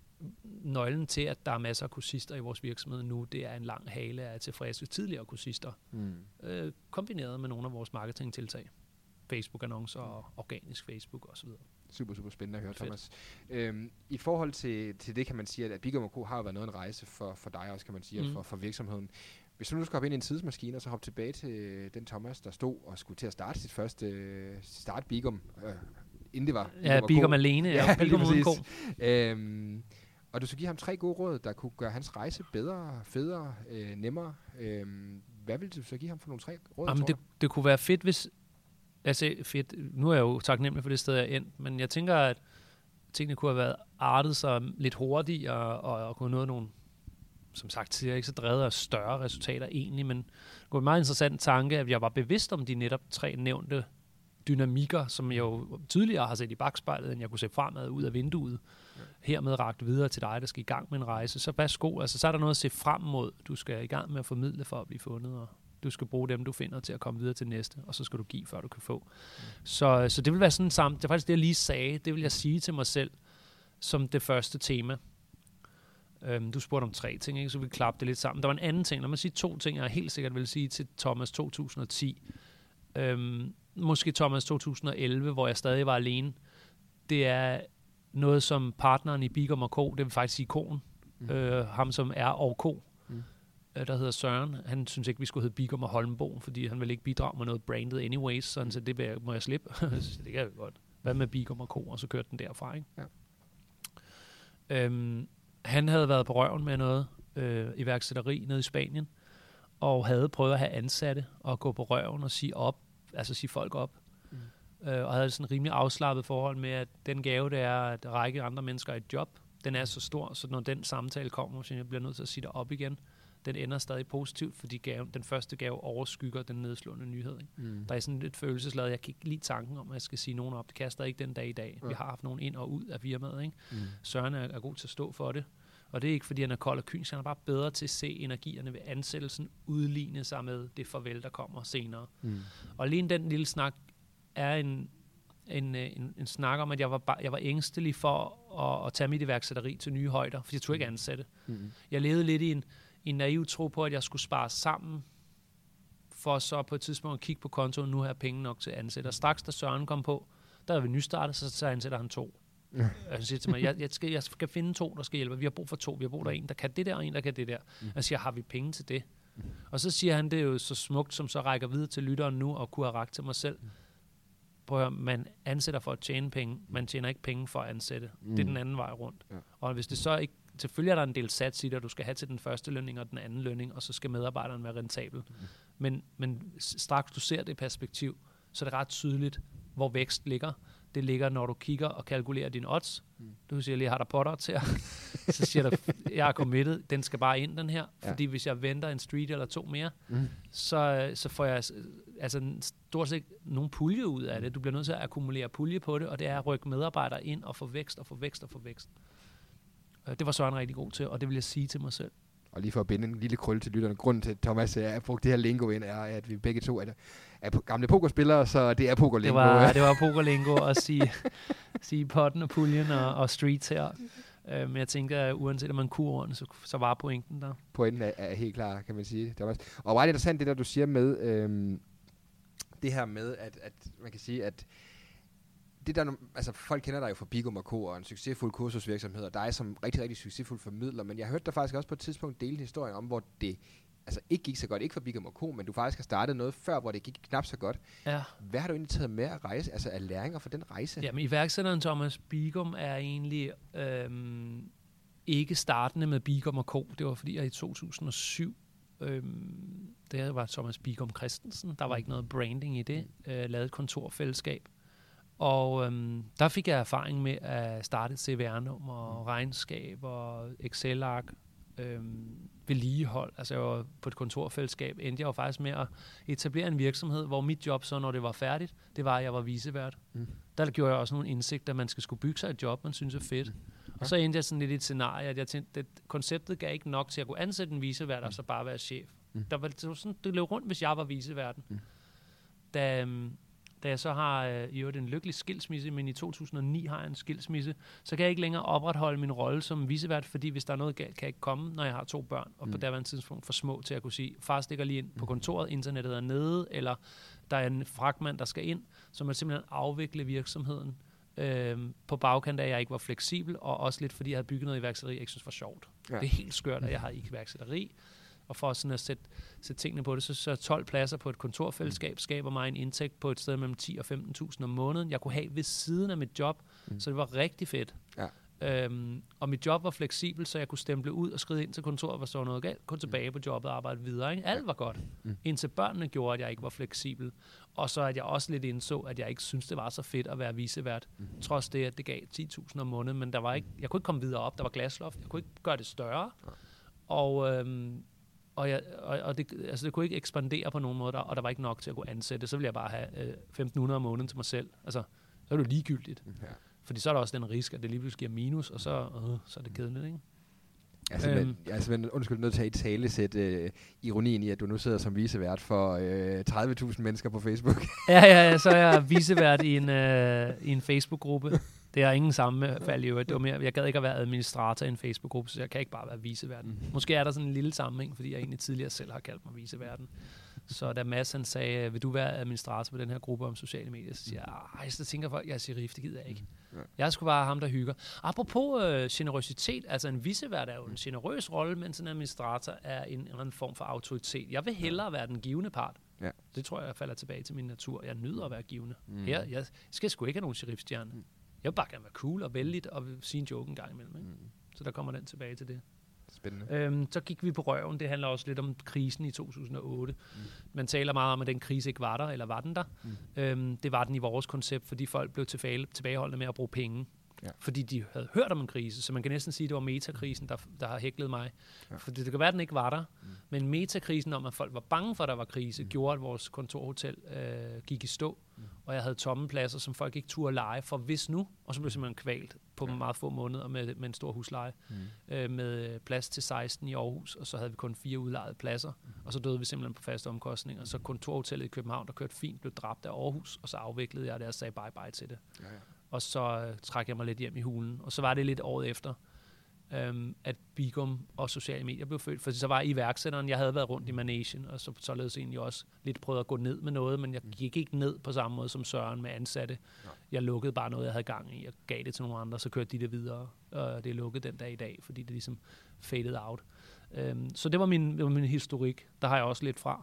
Nøglen til, at der er masser af kursister i vores virksomhed nu, det er en lang hale af tilfredse tidligere kursister, mm. øh, kombineret med nogle af vores marketingtiltag. Facebook-annoncer og organisk Facebook osv. Super, super spændende at høre, Thomas. Øhm, I forhold til, til det kan man sige, at Bigum og Co. har jo været noget en rejse for, for dig også, kan man sige, mm. og for, for virksomheden. Hvis du nu skal hoppe ind i en tidsmaskine, og så hoppe tilbage til den Thomas, der stod og skulle til at starte sit første start Bigum, øh, inden det var Bigum ja, og Bigum Co. alene, ja, ja Bigum uden Co. Øhm, og du skulle give ham tre gode råd, der kunne gøre hans rejse bedre, federe, øh, nemmere. Øhm, hvad ville du så give ham for nogle tre råd? Jamen, det, det kunne være fedt, hvis Altså fedt. Nu er jeg jo taknemmelig for det sted, jeg er endt, men jeg tænker, at tingene kunne have været artet sig lidt hurtigere, og, og kunne have nået nogle, som sagt, siger jeg ikke så drevet af større resultater egentlig, men det var en meget interessant tanke, at jeg var bevidst om de netop tre nævnte dynamikker, som jeg jo tydeligere har set i bagspejlet, end jeg kunne se fremad ud af vinduet. Ja. Hermed rakt videre til dig, der skal i gang med en rejse. Så værsgo, altså så er der noget at se frem mod. Du skal i gang med at formidle for at blive fundet, og du skal bruge dem, du finder til at komme videre til næste, og så skal du give, før du kan få. Mm. Så, så det vil være sådan samt. Det er faktisk det, jeg lige sagde. Det vil jeg sige til mig selv, som det første tema. Øhm, du spurgte om tre ting, ikke? Så vi klappe det lidt sammen. Der var en anden ting. Lad mig sige to ting, jeg helt sikkert vil sige til Thomas to tusind og ti. Øhm, måske Thomas to tusind og elleve, hvor jeg stadig var alene. Det er noget, som partneren i Bigum og Co., det vil faktisk sige koen. Mm. Øh, ham, som er og Co., der hedder Søren. Han synes ikke, vi skulle hedde Bigum og Holmbo, fordi han vil ikke bidrage med noget branded anyways, sådan, så det må jeg slippe. Så det kan jeg godt. Hvad med Bigum og Co., og så kørte den derfra, ikke? Ja. Øhm, han havde været på røven med noget øh, iværksætteri nede i Spanien, og havde prøvet at have ansatte og gå på røven og sige op, altså sige folk op. Mm. Øh, og havde sådan en rimelig afslappet forhold med, at den gave, det er at række andre mennesker et job, den er så stor, så når den samtale kommer, så jeg bliver nødt til at sige det op igen. Den ender stadig positivt, fordi gave, den første gave overskygger den nedslående nyhed. Ikke? Mm. Der er sådan lidt følelsesladet. Jeg kan ikke lide tanken om, at jeg skal sige nogen op. Det kaster ikke den dag i dag. Ja. Vi har haft nogen ind og ud af firmaet. Ikke? Mm. Søren er, er god til at stå for det. Og det er ikke, fordi han er kold og kynisk, han er bare bedre til at se energierne ved ansættelsen udligne sig med det farvel, der kommer senere. Mm. Og lige den lille snak er en, en, en, en snak om, at jeg var, bare, jeg var ængstelig for at, at tage mit iværksætteri til nye højder, fordi jeg tog ikke ansætte. Mm. Jeg levede lidt i en, en naiv tro på, at jeg skulle spare sammen, for så på et tidspunkt at kigge på kontoen, nu har jeg penge nok til at ansætte. Og straks da Søren kom på, der er vi nystartet, så, så ansætter han to. Ja. Han siger til mig, jeg, jeg, skal, jeg skal finde to, der skal hjælpe. Vi har brug for to. Vi har brug for en, der kan det der, og en, der kan det der. Mm. Jeg siger, har vi penge til det? Mm. Og så siger han, det er jo så smukt, som så rækker videre til lytteren nu, og kunne have rakt til mig selv. Mm. Prøv at høre, man ansætter for at tjene penge. Man tjener ikke penge for at ansætte. Mm. Det er den anden vej rundt. Ja. Og hvis det så ikke, selvfølgelig er der en del sats i det, og du skal have til den første lønning og den anden lønning, og så skal medarbejderen være rentabel. Mm. Men, men straks du ser det perspektiv, så er det ret tydeligt, hvor vækst ligger. Det ligger, når du kigger og kalkulerer dine odds. Mm. Du siger lige, har der potter til så siger du, jeg er committed, den skal bare ind, den her. Ja. Fordi hvis jeg venter en street eller to mere, mm. så, så får jeg altså stort set nogen pulje ud af det. Du bliver nødt til at akkumulere pulje på det, og det er at rykke medarbejdere ind og få vækst og få vækst og få vækst. Det var Søren rigtig god til, og det vil jeg sige til mig selv. Og lige for at binde en lille krølle til lytterne. Grunden til, at Thomas har brugt det her lingo ind, er, at vi begge to er, er gamle pokerspillere, så det er pokerlingo. Det var, det var pokerlingo at sige, sige potten og puljen og, og streets her. Uh, men jeg tænker, at uanset om man kunne ordene, så, så var pointen der. Pointen er, er helt klar, kan man sige, Thomas. Og meget interessant det der, du siger med, øhm, det her med, at, at man kan sige, at det der, altså folk kender dig jo fra Bigum og Co. og en succesfuld kursusvirksomhed, og dig som rigtig, rigtig succesfuld formidler, men jeg hørte dig faktisk også på et tidspunkt dele en historie om, hvor det altså ikke gik så godt, ikke for Bigum og Co., men du faktisk har startet noget før, hvor det gik knap så godt. Ja. Hvad har du egentlig taget med at rejse, altså af læringer fra den rejse? Jamen iværksætteren Thomas Bigum er egentlig øhm, ikke startende med Bigum og Co. Det var fordi jeg i to tusind og syv, øhm, der var Thomas Bigum Christensen, der var ikke noget branding i det, øh, lavede et kontorfællesskab. Og øhm, der fik jeg erfaring med at starte et C V R-nummer, og regnskab og Excel-ark, øhm, vedligehold. Altså jeg var på et kontorfællesskab, endte jeg jo faktisk med at etablere en virksomhed, hvor mit job så, når det var færdigt, det var, at jeg var vicevært. Mm. Der gjorde jeg også nogle indsigter, at man skal skulle bygge sig et job, man synes er fedt. Mm. Og så endte jeg sådan lidt i et scenarie, at jeg tænkte, at konceptet gav ikke nok til at kunne ansætte en vicevært, mm. og så bare være chef. Mm. Der var, det var sådan, det løb rundt, hvis jeg var viceværten. Mm. Da... Øhm, Da jeg så har øh, i øvrigt en lykkelig skilsmisse, men i to tusind og ni har jeg en skilsmisse, så kan jeg ikke længere opretholde min rolle som vicevært, fordi hvis der er noget galt, kan jeg ikke komme, når jeg har to børn, og mm. på derværende tidspunkt for små til at kunne sige, far stikker lige ind på kontoret, internettet er nede, eller der er en fragtmand, der skal ind, så man simpelthen afvikle virksomheden øh, på bagkant af, at jeg ikke var fleksibel, og også lidt fordi jeg havde bygget noget iværksætteri, jeg ikke synes var sjovt. Ja. Det er helt skørt, at jeg har ikke iværksætteri. Og for sådan at sætte, sætte tingene på det, så, så tolv pladser på et kontorfællesskab skaber mig en indtægt på et sted mellem ti og femten tusind om måneden. Jeg kunne have ved siden af mit job, mm. så det var rigtig fedt. Ja. Øhm, og mit job var fleksibelt, så jeg kunne stemple ud og skride ind til kontoret, hvis der var noget galt. Gå tilbage på jobbet og arbejde videre. Ikke? Alt var godt. Mm. Indtil børnene gjorde, at jeg ikke var fleksibel. Og så at jeg også lidt indså, at jeg ikke synes det var så fedt at være vicevært. Mm. Trods det, at det gav ti tusind om måneden. Men der var ikke, jeg kunne ikke komme videre op. Der var glasloft. Jeg kunne ikke gøre det større. Ja. Og... Øhm, Og, jeg, og, og det, altså det kunne ikke ekspandere på nogen måde, der, og der var ikke nok til at kunne ansætte. Så ville jeg bare have øh, femten hundrede om måneden til mig selv. Altså, så er det jo ligegyldigt. Ja. Fordi så er der også den risk, at det lige pludselig giver minus, og så, øh, så er det kedeligt, ikke? Altså, øhm. men, altså men, undskyld, nødt til at i tale sætte øh, ironien i, at du nu sidder som vicevært for øh, tredive tusind mennesker på Facebook. ja, ja, ja, så er jeg vicevært i en, øh, i en Facebook-gruppe. Det er ingen sammenfald i øvrigt. Det var mere, jeg gad ikke at være administrator i en Facebook-gruppe, så jeg kan ikke bare være viceværten. Mm. Måske er der sådan en lille sammenhæng, fordi jeg egentlig tidligere selv har kaldt mig viceværten. Så da Mads han sagde, vil du være administrator på den her gruppe om sociale medier, så siger jeg, ej, så tænker folk, jeg siger Sherif, det gider jeg ikke. Mm. Jeg skulle bare ham, der hygger. Apropos øh, generøsitet, altså en vicevært er jo en generøs rolle, mens en administrator er en eller anden form for autoritet. Jeg vil hellere være den givende part. Ja. Det tror jeg, jeg falder tilbage til min natur. Jeg nyder at være givende. Mm. Her, jeg skal sgu ikke have nogen Sherif-stjerne. Mm. Jeg vil bare gerne være cool og vældigt og sige en joke en gang imellem. Ikke? Mm. Så der kommer den tilbage til det. Spændende. Øhm, så gik vi på røven. Det handler også lidt om krisen i to tusind og otte. Mm. Man taler meget om, at den krise ikke var der, eller var den der. Mm. Øhm, det var den i vores koncept, fordi folk blev tilbage, tilbageholdende med at bruge penge. Ja. Fordi de havde hørt om en krise, så man kan næsten sige, at det var metakrisen, der, der har hæklet mig. Ja. Fordi det kan være, at den ikke var der, mm. men metakrisen om, at folk var bange for, at der var krise, mm. gjorde, at vores kontorhotel øh, gik i stå, mm. og jeg havde tomme pladser, som folk ikke turde leje for hvis nu, og så blev simpelthen kvalt på ja. meget få måneder med, med en stor husleje, mm. øh, med plads til seksten i Aarhus, og så havde vi kun fire udlejede pladser, mm. og så døde vi simpelthen på faste omkostninger. Så kontorhotellet i København, der kørte fint, blev dræbt af Aarhus, og så afviklede jeg det og sagde bye bye til det. Ja, ja. Og så øh, trak jeg mig lidt hjem i hulen. Og så var det lidt året efter, øhm, at Bigum og sociale medier blev født. For så var jeg iværksætteren, jeg havde været rundt i Managen, og så således egentlig også lidt prøvet at gå ned med noget, men jeg gik ikke ned på samme måde som Søren med ansatte. Ja. Jeg lukkede bare noget, jeg havde gang i, og gav det til nogle andre, så kørte de det videre. Og det er lukket den dag i dag, fordi det ligesom faded out. Øhm, så det var, min, det var min historik. Der har jeg også lidt fra.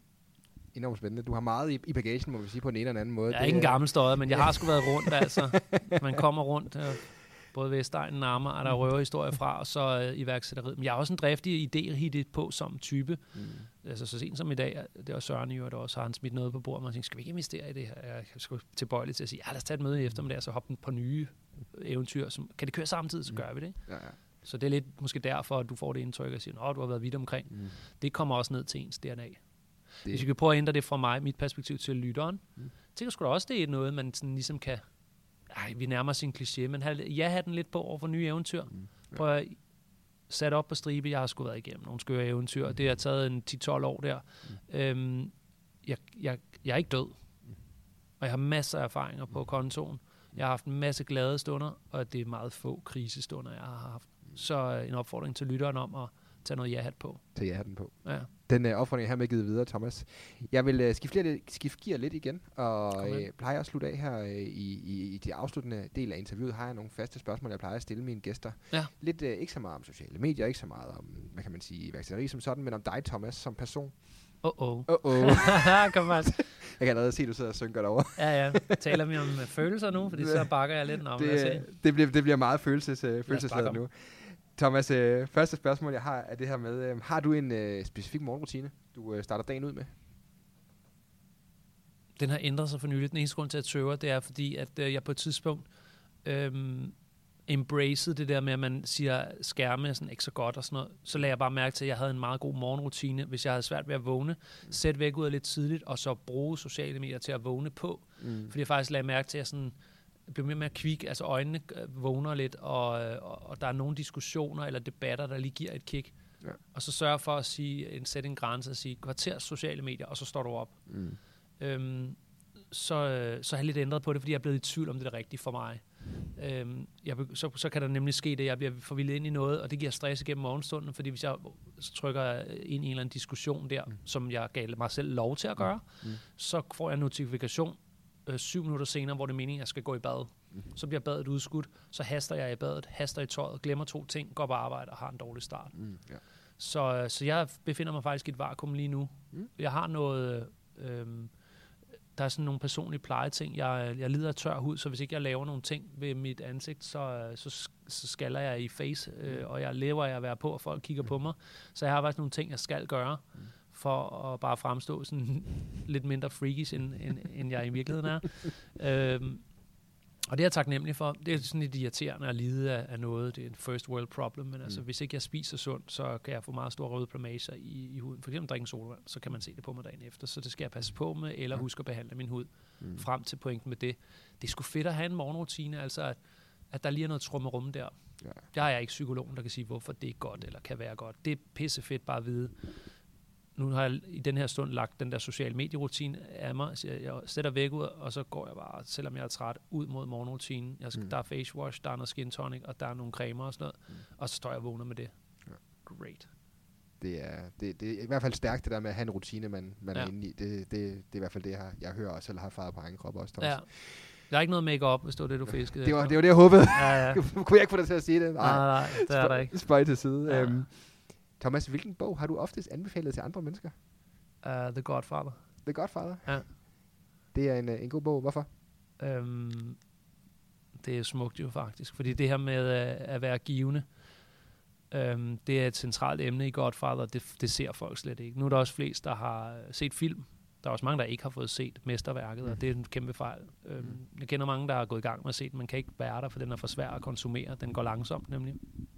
Enormt spændende. Du har meget i, i bagagen, må vi sige, på en eller anden måde. Jeg er ikke en gammel støder, men jeg har sgu været rundt, altså. Man kommer rundt, øh, både Vestegnen og Amager, der er røverhistorier fra, og så øh, iværksætteriet. Men jeg har også en driftig idé på som type. Mm. Altså så sent som i dag, det var Søren i øvrigt også, har han smidt noget på bordet, og man tænker, skal vi ikke investere i det her? Jeg er sgu tilbøjelig til at sige, ja, lad os tage et møde i eftermiddag, og så hoppe på nye eventyr. Som, kan det køre samtidig, så gør vi det, ikke? Ja, ja. Så det er lidt måske derfor, at du får det indtryk og siger, åh, du har været vidt omkring. Mm. Det kommer også ned til ens D N A. Det. Hvis vi kan prøve at ændre det fra mig, mit perspektiv til lytteren, mm. tænker sgu da også, det er noget, man sådan ligesom kan, ej, vi nærmer os en kliché, men have, jeg har den lidt på over for nye eventyr. Mm. Ja. Prøv at sætte op på stribe, jeg har sgu været igennem nogle skøre eventyr, mm. det har taget en ti tolv år der. Mm. Øhm, jeg, jeg, jeg er ikke død, mm. og jeg har masser af erfaringer på kontoen. Jeg har haft en masse glade stunder, og det er meget få krisestunder, jeg har haft. Så en opfordring til lytteren om at tage noget ja-hat på. Tage ja-hatten på. Ja. Den uh, opfordring her med givet videre, Thomas. Jeg vil uh, skifte, lidt, skifte gear lidt igen, og uh, plejer at slutte af her uh, i, i, i de afsluttende del af interviewet, har jeg nogle faste spørgsmål, jeg plejer at stille mine gæster. Ja. Lidt uh, ikke så meget om sociale medier, ikke så meget om, hvad kan man sige, iværksætteri som sådan, men om dig, Thomas, som person. Åh, åh. Åh, åh. Kom on. Jeg kan allerede se, at du sidder og synker derovre. Ja, ja. Taler vi om følelser nu, fordi så bakker jeg lidt om det. Det bliver, det bliver meget følelses, uh, følelsesladet nu. Thomas, øh, første spørgsmål, jeg har, er det her med, øh, har du en øh, specifik morgenrutine, du øh, starter dagen ud med? Den har ændret sig for nyligt. Den eneste grund til at tøve, det er fordi, at øh, jeg på et tidspunkt øh, embracede det der med, at man siger, skærme er sådan ikke så godt og sådan noget. Så lagde jeg bare mærke til, at jeg havde en meget god morgenrutine. Hvis jeg havde svært ved at vågne, mm. sæt væk ud af lidt tidligt, og så bruge sociale medier til at vågne på. Mm. Fordi jeg faktisk lagde mærke til, at jeg sådan bliver mere og mere kvik, altså øjnene vågner lidt, og, og, og der er nogle diskussioner eller debatter, der lige giver et kick. Ja. Og så sørg for at sige, en, sætte en grænse og sige, kvarter sociale medier, og så står du op. Mm. Øhm, så, så har jeg lidt ændret på det, fordi jeg er blevet i tvivl om det er det rigtige for mig. Øhm, jeg, så, så kan der nemlig ske det, at jeg bliver forvildet ind i noget, og det giver stress igennem morgenstunden, fordi hvis jeg trykker ind i en eller anden diskussion der, mm. som jeg gav mig selv lov til at gøre, mm. så får jeg en notifikation, Øh, syv minutter senere, hvor det er meningen, at jeg skal gå i bad. Mm. Så bliver badet udskudt, så haster jeg i badet, haster i tøjet, glemmer to ting, går på arbejde og har en dårlig start. Mm, ja. så, så jeg befinder mig faktisk i et vakuum lige nu. Mm. Jeg har noget, øh, der er sådan nogle personlige plejeting. Jeg, jeg lider af tør hud, så hvis ikke jeg laver nogle ting ved mit ansigt, så, så, så skaller jeg i face, øh, og jeg lever af at være på, og folk kigger mm. på mig. Så jeg har faktisk nogle ting, jeg skal gøre. Mm. for at bare fremstå sådan lidt mindre freakish, end, end, end jeg i virkeligheden er. øhm, og det er jeg taknemmelig for. Det er sådan lidt irriterende at lide af, af noget. Det er en first world problem, men mm. altså, hvis ikke jeg spiser sundt, så kan jeg få meget store røde plamager i, i huden. For eksempel drikke solvand, så kan man se det på mig dagen efter. Så det skal jeg passe på med, eller huske at behandle min hud mm. frem til pointen med det. Det er sgu fedt at have en morgenrutine, altså at, at der lige er noget trummerum der. Ja. Jeg er ikke psykologen, der kan sige, hvorfor det er godt, eller kan være godt. Det er pissefedt bare at vide. Nu har jeg i den her stund lagt den der sociale medierutine af mig, så jeg sætter væk ud, og så går jeg bare, selvom jeg er træt, ud mod morgenrutinen. Jeg skal, mm. Der er face wash, der er noget skin tonic, og der er nogle cremer og sådan noget, mm. og så står jeg og vågner med det. Ja. Great. Det er, det, det er i hvert fald stærkt, det der med at have en rutine, man, man ja. er inde i. Det, det, det er i hvert fald det, jeg, jeg hører også, eller har faret på egen krop også. Ja. Der er ikke noget make-up, hvis det var det, du fiskede. Det var det, var det jeg håbede. Ja, ja. Kunne jeg ikke få dig til at sige det? Nej, nej, nej det er der ikke. Spøj til side. Ja. Um, Thomas, hvilken bog har du oftest anbefalet til andre mennesker? Uh, The Godfather. The Godfather? Ja. Det er en, en god bog. Hvorfor? Um, det er smukt jo faktisk, fordi det her med uh, at være givende, um, det er et centralt emne i Godfather, det, det ser folk slet ikke. Nu er der også flest, der har set film, Der er også mange, der ikke har fået set mesterværket, mm. og det er en kæmpe fejl. Øhm, mm. Jeg kender mange, der er gået i gang med at se den. Man kan ikke være der, for den er for svær at konsumere. Den går langsomt nemlig.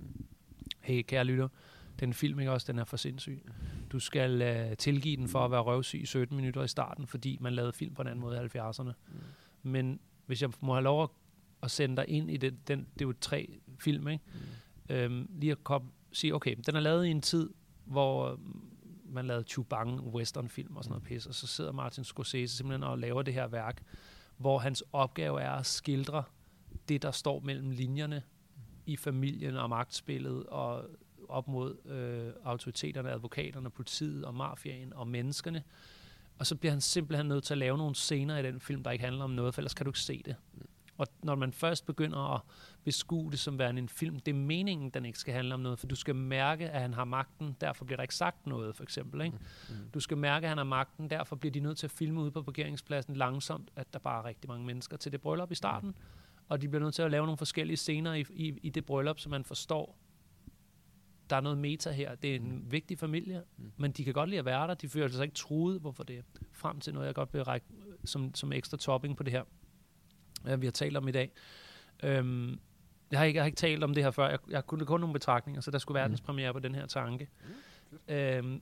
Hey, kære lytter, den film ikke også, den er for sindssyg. Du skal øh, tilgive den for at være røvsyg i sytten minutter i starten, fordi man lavede film på en anden måde i halvfjerdserne. Mm. Men hvis jeg må have lov at, at sende dig ind i det, den, det er jo tre film, ikke? Mm. Øhm, lige at komme, sige, okay, den er lavet i en tid, hvor man lavede Chubang westernfilm og sådan noget pis, og så sidder Martin Scorsese simpelthen og laver det her værk, hvor hans opgave er at skildre det, der står mellem linjerne i familien og magtspillet og op mod øh, autoriteterne, advokaterne, politiet og mafiaen og menneskerne. Og så bliver han simpelthen nødt til at lave nogle scener i den film, der ikke handler om noget, for ellers kan du ikke se det. Og når man først begynder at beskue det som værende en film, det er meningen, den ikke skal handle om noget, for du skal mærke, at han har magten, derfor bliver der ikke sagt noget, for eksempel. Ikke? Mm. Du skal mærke, at han har magten, derfor bliver de nødt til at filme ude på parkeringspladsen langsomt, at der bare er rigtig mange mennesker til det bryllup i starten, mm. og de bliver nødt til at lave nogle forskellige scener i, i, i det bryllup, så man forstår, der er noget meta her. Det er en vigtig familie, mm. men de kan godt lide at være der, de føler sig ikke truet, hvorfor det er frem til noget, jeg godt vil række som, som ekstra topping på det her. Ja, vi har talt om i dag. Øhm, jeg, har ikke, jeg har ikke talt om det her før. Jeg, jeg kunne kun nogle betragtninger, så der skulle verdens premiere på den her tanke. Mm, øhm,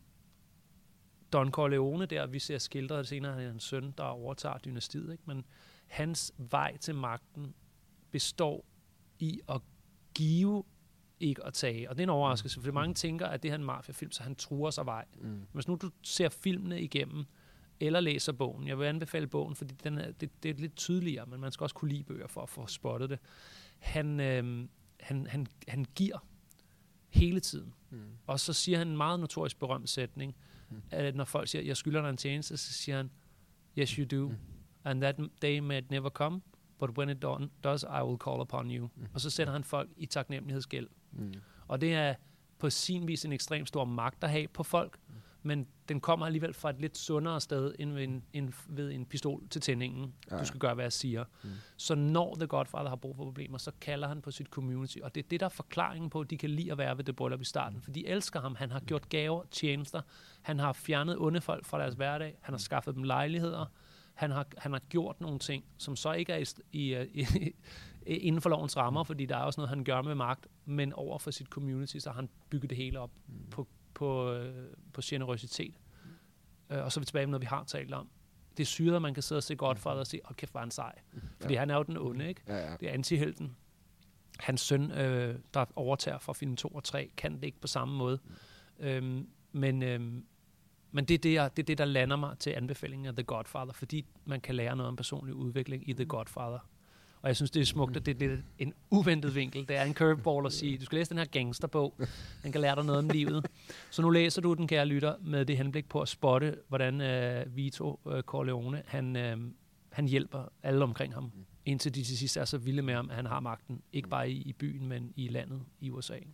Don Corleone der, vi ser skildret senere, han er en søn, der overtager dynastiet, ikke? Men hans vej til magten består i at give, ikke at tage. Og det er en overraskelse, for mange tænker, at det her er en mafiafilm, så han truer sig vej. Mm. Hvis nu du ser filmene igennem, eller læser bogen. Jeg vil anbefale bogen, fordi den er, det, det er lidt tydeligere, men man skal også kunne lide bøger for at få spottet det. Han, øh, han, han, han giver hele tiden. Mm. Og så siger han en meget notorisk berømt sætning, mm. at når folk siger, jeg skylder dig en tjeneste, så siger han, yes you do, mm. and that day may it never come, but when it does, I will call upon you. Mm. Og så sætter han folk i taknemmelighedsgæld. Mm. Og det er på sin vis en ekstremt stor magt at have på folk, mm. men den kommer alligevel fra et lidt sundere sted, end ved en, en, ved en pistol til tændingen. Ja. Du skal gøre, hvad jeg siger. Mm. Så når The Godfather har brug for problemer, så kalder han på sit community. Og det er det, der er forklaringen på, at de kan lide at være ved det bryllup i starten. Mm. For de elsker ham. Han har gjort gaver, tjenester. Han har fjernet onde folk fra deres hverdag. Han har skaffet dem lejligheder. Han har, han har gjort nogle ting, som så ikke er i, i, i, inden for lovens rammer, fordi der er også noget, han gør med magt. Men over for sit community, så har han bygget det hele op mm. på på, øh, på generøsitet. Mm. Øh, og så er vi tilbage med noget, vi har talt om. Det er syret, man kan sidde og se Godfather og se, åh kæft, var han sej. Mm. Fordi ja. han er jo den onde, ikke? Ja, ja. Det er antihelten. Hans søn, øh, der overtager fra film to og tre, kan det ikke på samme måde. Mm. Øhm, men øhm, men det, er det, jeg, det er det, der lander mig til anbefalingen af The Godfather, fordi man kan lære noget om personlig udvikling i The Godfather. Og jeg synes, det er smukt, at det er lidt en uventet vinkel. Det er en curveball at sige, du skal læse den her gangsterbog. Den kan lære dig noget om livet. Så nu læser du den, kære lytter, med det henblik på at spotte, hvordan øh, Vito øh, Corleone, han, øh, han hjælper alle omkring ham. Indtil de til sidst er så vilde med ham, at han har magten. Ikke bare i, i byen, men i landet i U S A.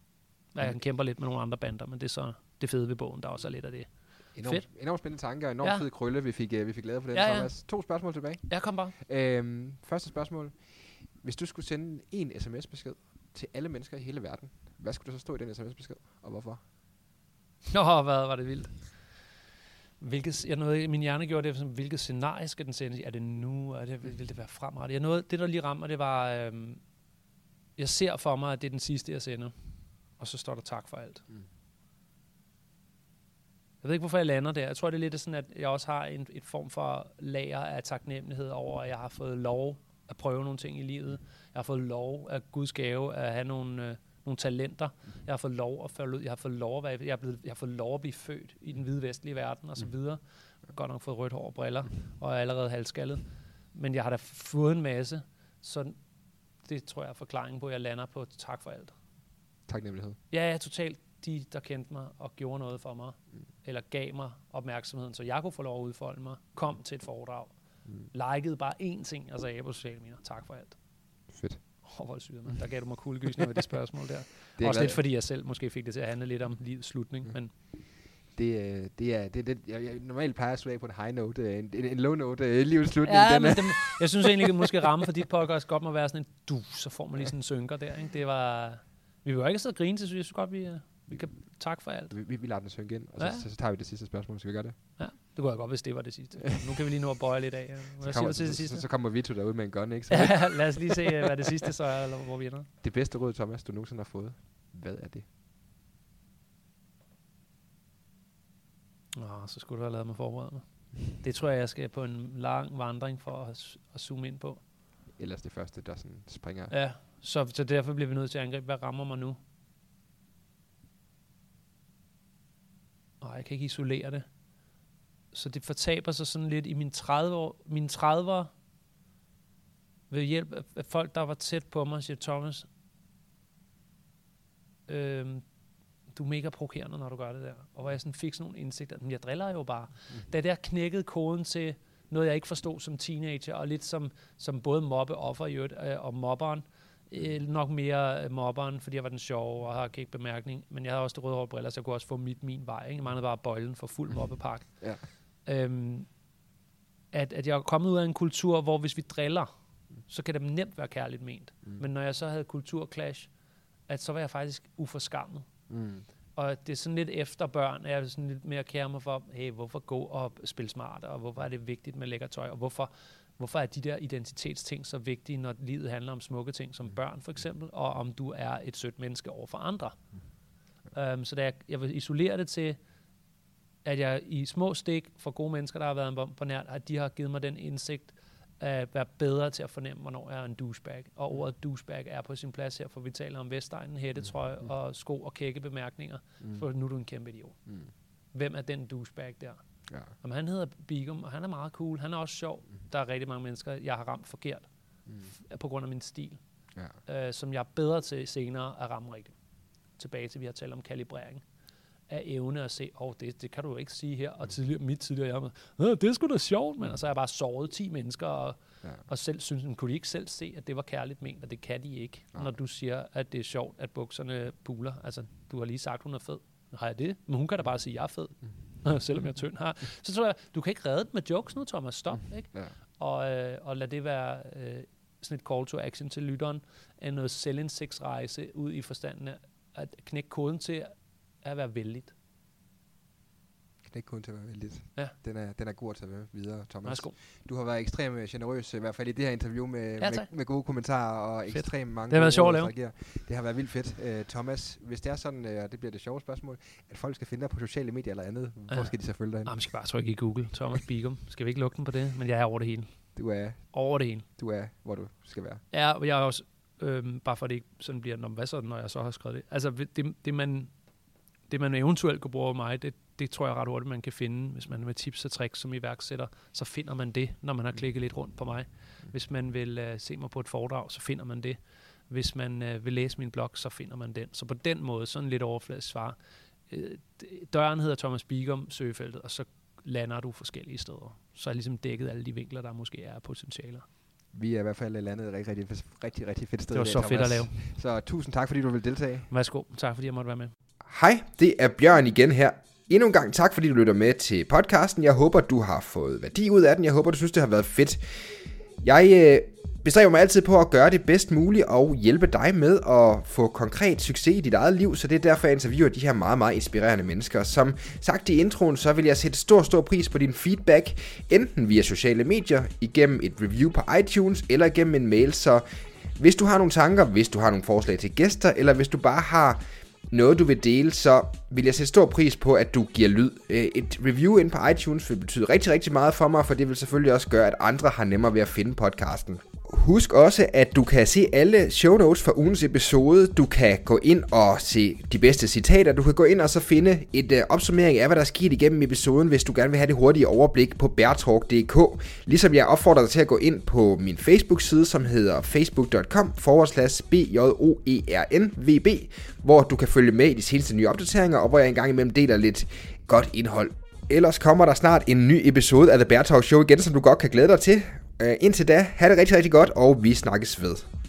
Ja, han kæmper lidt med nogle andre bander, men det er så det fede ved bogen, der også er lidt af det. Enormt, enormt spændende tanker, og enormt ja. fed krølle, vi fik, uh, vi fik lavet for den. Ja, ja. Thomas, to spørgsmål tilbage. Ja, kom bare. Øhm, første spørgsmål. Hvis du skulle sende en sms-besked til alle mennesker i hele verden, hvad skulle der så stå i den sms-besked, og hvorfor? Nå, hvad var det vildt. Hvilket, jeg nåede, min hjerne gjorde det, som, hvilket scenarie skal den sendes? Er det nu? Er det, vil det være fremrettet? Jeg nåede, det, der lige rammer, det var, øhm, jeg ser for mig, at det er den sidste, jeg sender. Og så står der tak for alt. Mm. Jeg ved ikke, hvorfor jeg lander der. Jeg tror, det er lidt sådan, at jeg også har en et form for lager af taknemmelighed over, at jeg har fået lov at prøve nogle ting i livet. Jeg har fået lov af Guds gave at have nogle, øh, nogle talenter. Jeg har fået lov at falde ud. Jeg har fået lov at være, jeg, er blevet, jeg har fået lov at blive født i den hvide vestlige verden og så videre. Jeg har godt nok fået rødt hår og briller og er allerede halvskaldet. Men jeg har da fået en masse, så det tror jeg er forklaringen på, at jeg lander på tak for alt. Taknemmelighed. Ja, jeg er totalt de, der kendte mig og gjorde noget for mig, mm. eller gav mig opmærksomheden, så jeg kunne få lov at udfolde mig, kom til et foredrag, mm. likede bare én ting, jeg sagde på sociale medier. Tak for alt. Fedt. Åh, hvor syret, man. Der gav du mig kuldegysninger med det spørgsmål der. Det også lidt fordi jeg selv måske fik det til at handle lidt om livets slutning, mm. men... Det, det er det, det jeg, jeg normalt plejer at slutte på en high note, en, en, en low note, livets slutning. Ja, den men dem, jeg synes egentlig, at måske ramme for dit podcast godt må være sådan en du, så får man lige sådan en synker der, ikke? Det var... Vi vil jo ikke sidde og grine til, så jeg synes godt, vi... Vi kan tak for alt. Vi, vi, vi lader den synge ind, og ja. så, så, så tager vi det sidste spørgsmål. Skal vi gøre det? Ja. Det kunne jeg godt, hvis det var det sidste. Nu kan vi lige nå at bøje lidt af. Så kommer, til det sidste? Så, så kommer Vito derude med en gun, ikke? Så ja, lad os lige se, hvad det sidste så er, eller hvor vi ender. Det bedste råd, Thomas, du nogensinde har fået. Hvad er det? Nå, så skulle du have lavet mig forberede mig. Det tror jeg, jeg skal på en lang vandring for at, at zoome ind på. Ellers det første, der sådan springer. Ja, så, så derfor bliver vi nødt til at angribe. Hvad rammer mig nu? Og jeg kan ikke isolere det. Så det fortaber sig sådan lidt i mine tredive år. Mine trediver ved hjælp af folk, der var tæt på mig, siger Thomas, øhm, du er mega provokerende, når du gør det der. Og hvor jeg sådan fik sådan nogle indsigter. Men jeg driller jo bare. Mm. Da der knækkede koden til noget, jeg ikke forstod som teenager, og lidt som, som både mobbeoffer i øvrigt, øh, og mobberen. Øh, nok mere øh, mobberen, fordi jeg var den sjove, og har ikke bemærkning. Men jeg havde også det røde hårbriller, så jeg kunne også få mit, min vej. Ikke? Jeg manglede bare bøjlen for fuld mobbepakke. Ja. Øhm, at, at jeg er kommet ud af en kultur, hvor hvis vi driller, så kan det nemt være kærligt ment. Mm. Men når jeg så havde kulturclash, at så var jeg faktisk uforskammet. Mm. Og det er sådan lidt efter børn, at jeg sådan lidt mere kære mig for, hey, hvorfor gå og spille smart, og hvorfor er det vigtigt med lækker tøj, og hvorfor, hvorfor er de der identitetsting så vigtige, når livet handler om smukke ting som børn for eksempel, og om du er et sødt menneske over for andre. Mm. Um, så da jeg, jeg vil isolere det til, at jeg i små stik for gode mennesker, der har været på nært, at de har givet mig den indsigt, at være bedre til at fornemme, hvornår jeg er en douchebag. Og ordet douchebag er på sin plads her, for vi taler om Vestegnen, hættetrøje mm. og sko og kække bemærkninger. Mm. For nu er du en kæmpe idiot. Mm. Hvem er den douchebag der? Ja. Jamen, han hedder Bigum, og han er meget cool. Han er også sjov. Mm. Der er rigtig mange mennesker, jeg har ramt forkert. Mm. F- på grund af min stil. Ja. Øh, som jeg er bedre til senere at ramme rigtigt. Tilbage til, vi har talt om kalibrering. Af evne at se, åh, oh, det, det kan du jo ikke sige her, og tidligere, mit tidligere, jeg med, det er sgu da sjovt, men og så har jeg bare såret ti mennesker, og, ja. og selv synes, kunne de ikke selv se, at det var kærligt ment, og det kan de ikke, ja. Når du siger, at det er sjovt, at bukserne puler. Altså, du har lige sagt, hun er fed. Har jeg det? Men hun kan da bare sige, at jeg er fed, mm. selvom jeg er tynd her. Så tror jeg, du kan ikke redde det med jokes nu, Thomas, stop, mm. ikke? Ja. Og, øh, og lad det være øh, sådan et call to action til lytteren, af noget selvindsigtsrejse ud i forstanden af at knække koden til at være vældigt. Det er ikke kun til at være vældigt. Ja. Den er, den er god at tage med videre, Thomas. Værsgo. Du har været ekstremt generøs, i hvert fald i det her interview, med, ja, med, med gode kommentarer og fedt. Ekstremt mange. Det har været sjovt at lave. Det har været vildt fedt. Uh, Thomas, hvis det er sådan, og uh, det bliver det sjove spørgsmål, at folk skal finde dig på sociale medier eller andet, ja. Hvor skal de så følge dig hen? Man skal bare trykke i Google. Thomas Bigum. Skal vi ikke lukke den på det? Men jeg er over det hele. Du er over det hele. Du er, hvor du skal være. Ja, og jeg er også, øhm, bare for det ikke sådan bliver, hvad så, når jeg så har skrevet det? Altså, det, det man... Det, man eventuelt kan bruge over mig, det, det tror jeg ret hurtigt, man kan finde. Hvis man vil tips og tricks som iværksætter, så finder man det, når man har klikket lidt rundt på mig. Hvis man vil uh, se mig på et foredrag, så finder man det. Hvis man uh, vil læse min blog, så finder man den. Så på den måde, sådan lidt overfladisk svar. Uh, døren hedder Thomas Bigum, søgefeltet, og så lander du forskellige steder. Så er ligesom dækket alle de vinkler, der måske er potentialer. Vi er i hvert fald landet et rigtig, rigtig, rigtig, rigtig fedt sted. Det var så fedt at lave. Så tusind tak, fordi du ville deltage. Værsgo. Tak, fordi jeg måtte være med. Hej, det er Bjørn igen her. Endnu en gang tak, fordi du lytter med til podcasten. Jeg håber, du har fået værdi ud af den. Jeg håber, du synes, det har været fedt. Jeg øh, bestræber mig altid på at gøre det bedst muligt og hjælpe dig med at få konkret succes i dit eget liv. Så det er derfor, jeg interviewer de her meget, meget inspirerende mennesker. Som sagt i introen, så vil jeg sætte stor, stor pris på din feedback. Enten via sociale medier, igennem et review på iTunes eller igennem en mail. Så hvis du har nogle tanker, hvis du har nogle forslag til gæster, eller hvis du bare har noget du vil dele, så vil jeg sætte stor pris på, at du giver lyd. Et review ind på iTunes vil betyde rigtig, rigtig meget for mig, for det vil selvfølgelig også gøre, at andre har nemmere ved at finde podcasten. Husk også, at du kan se alle show notes fra ugens episode. Du kan gå ind og se de bedste citater. Du kan gå ind og så finde et uh, opsummering af, hvad der er sket igennem episoden, hvis du gerne vil have det hurtige overblik på beartalk punktum d k. Ligesom jeg opfordrer dig til at gå ind på min Facebook-side, som hedder facebook punktum com forward slash b j o e r n v b, hvor du kan følge med i de seneste nye opdateringer, og hvor jeg engang imellem deler lidt godt indhold. Ellers kommer der snart en ny episode af The Bear Talk Show igen, som du godt kan glæde dig til. Uh, indtil da, have det rigtig, rigtig godt, og vi snakkes ved.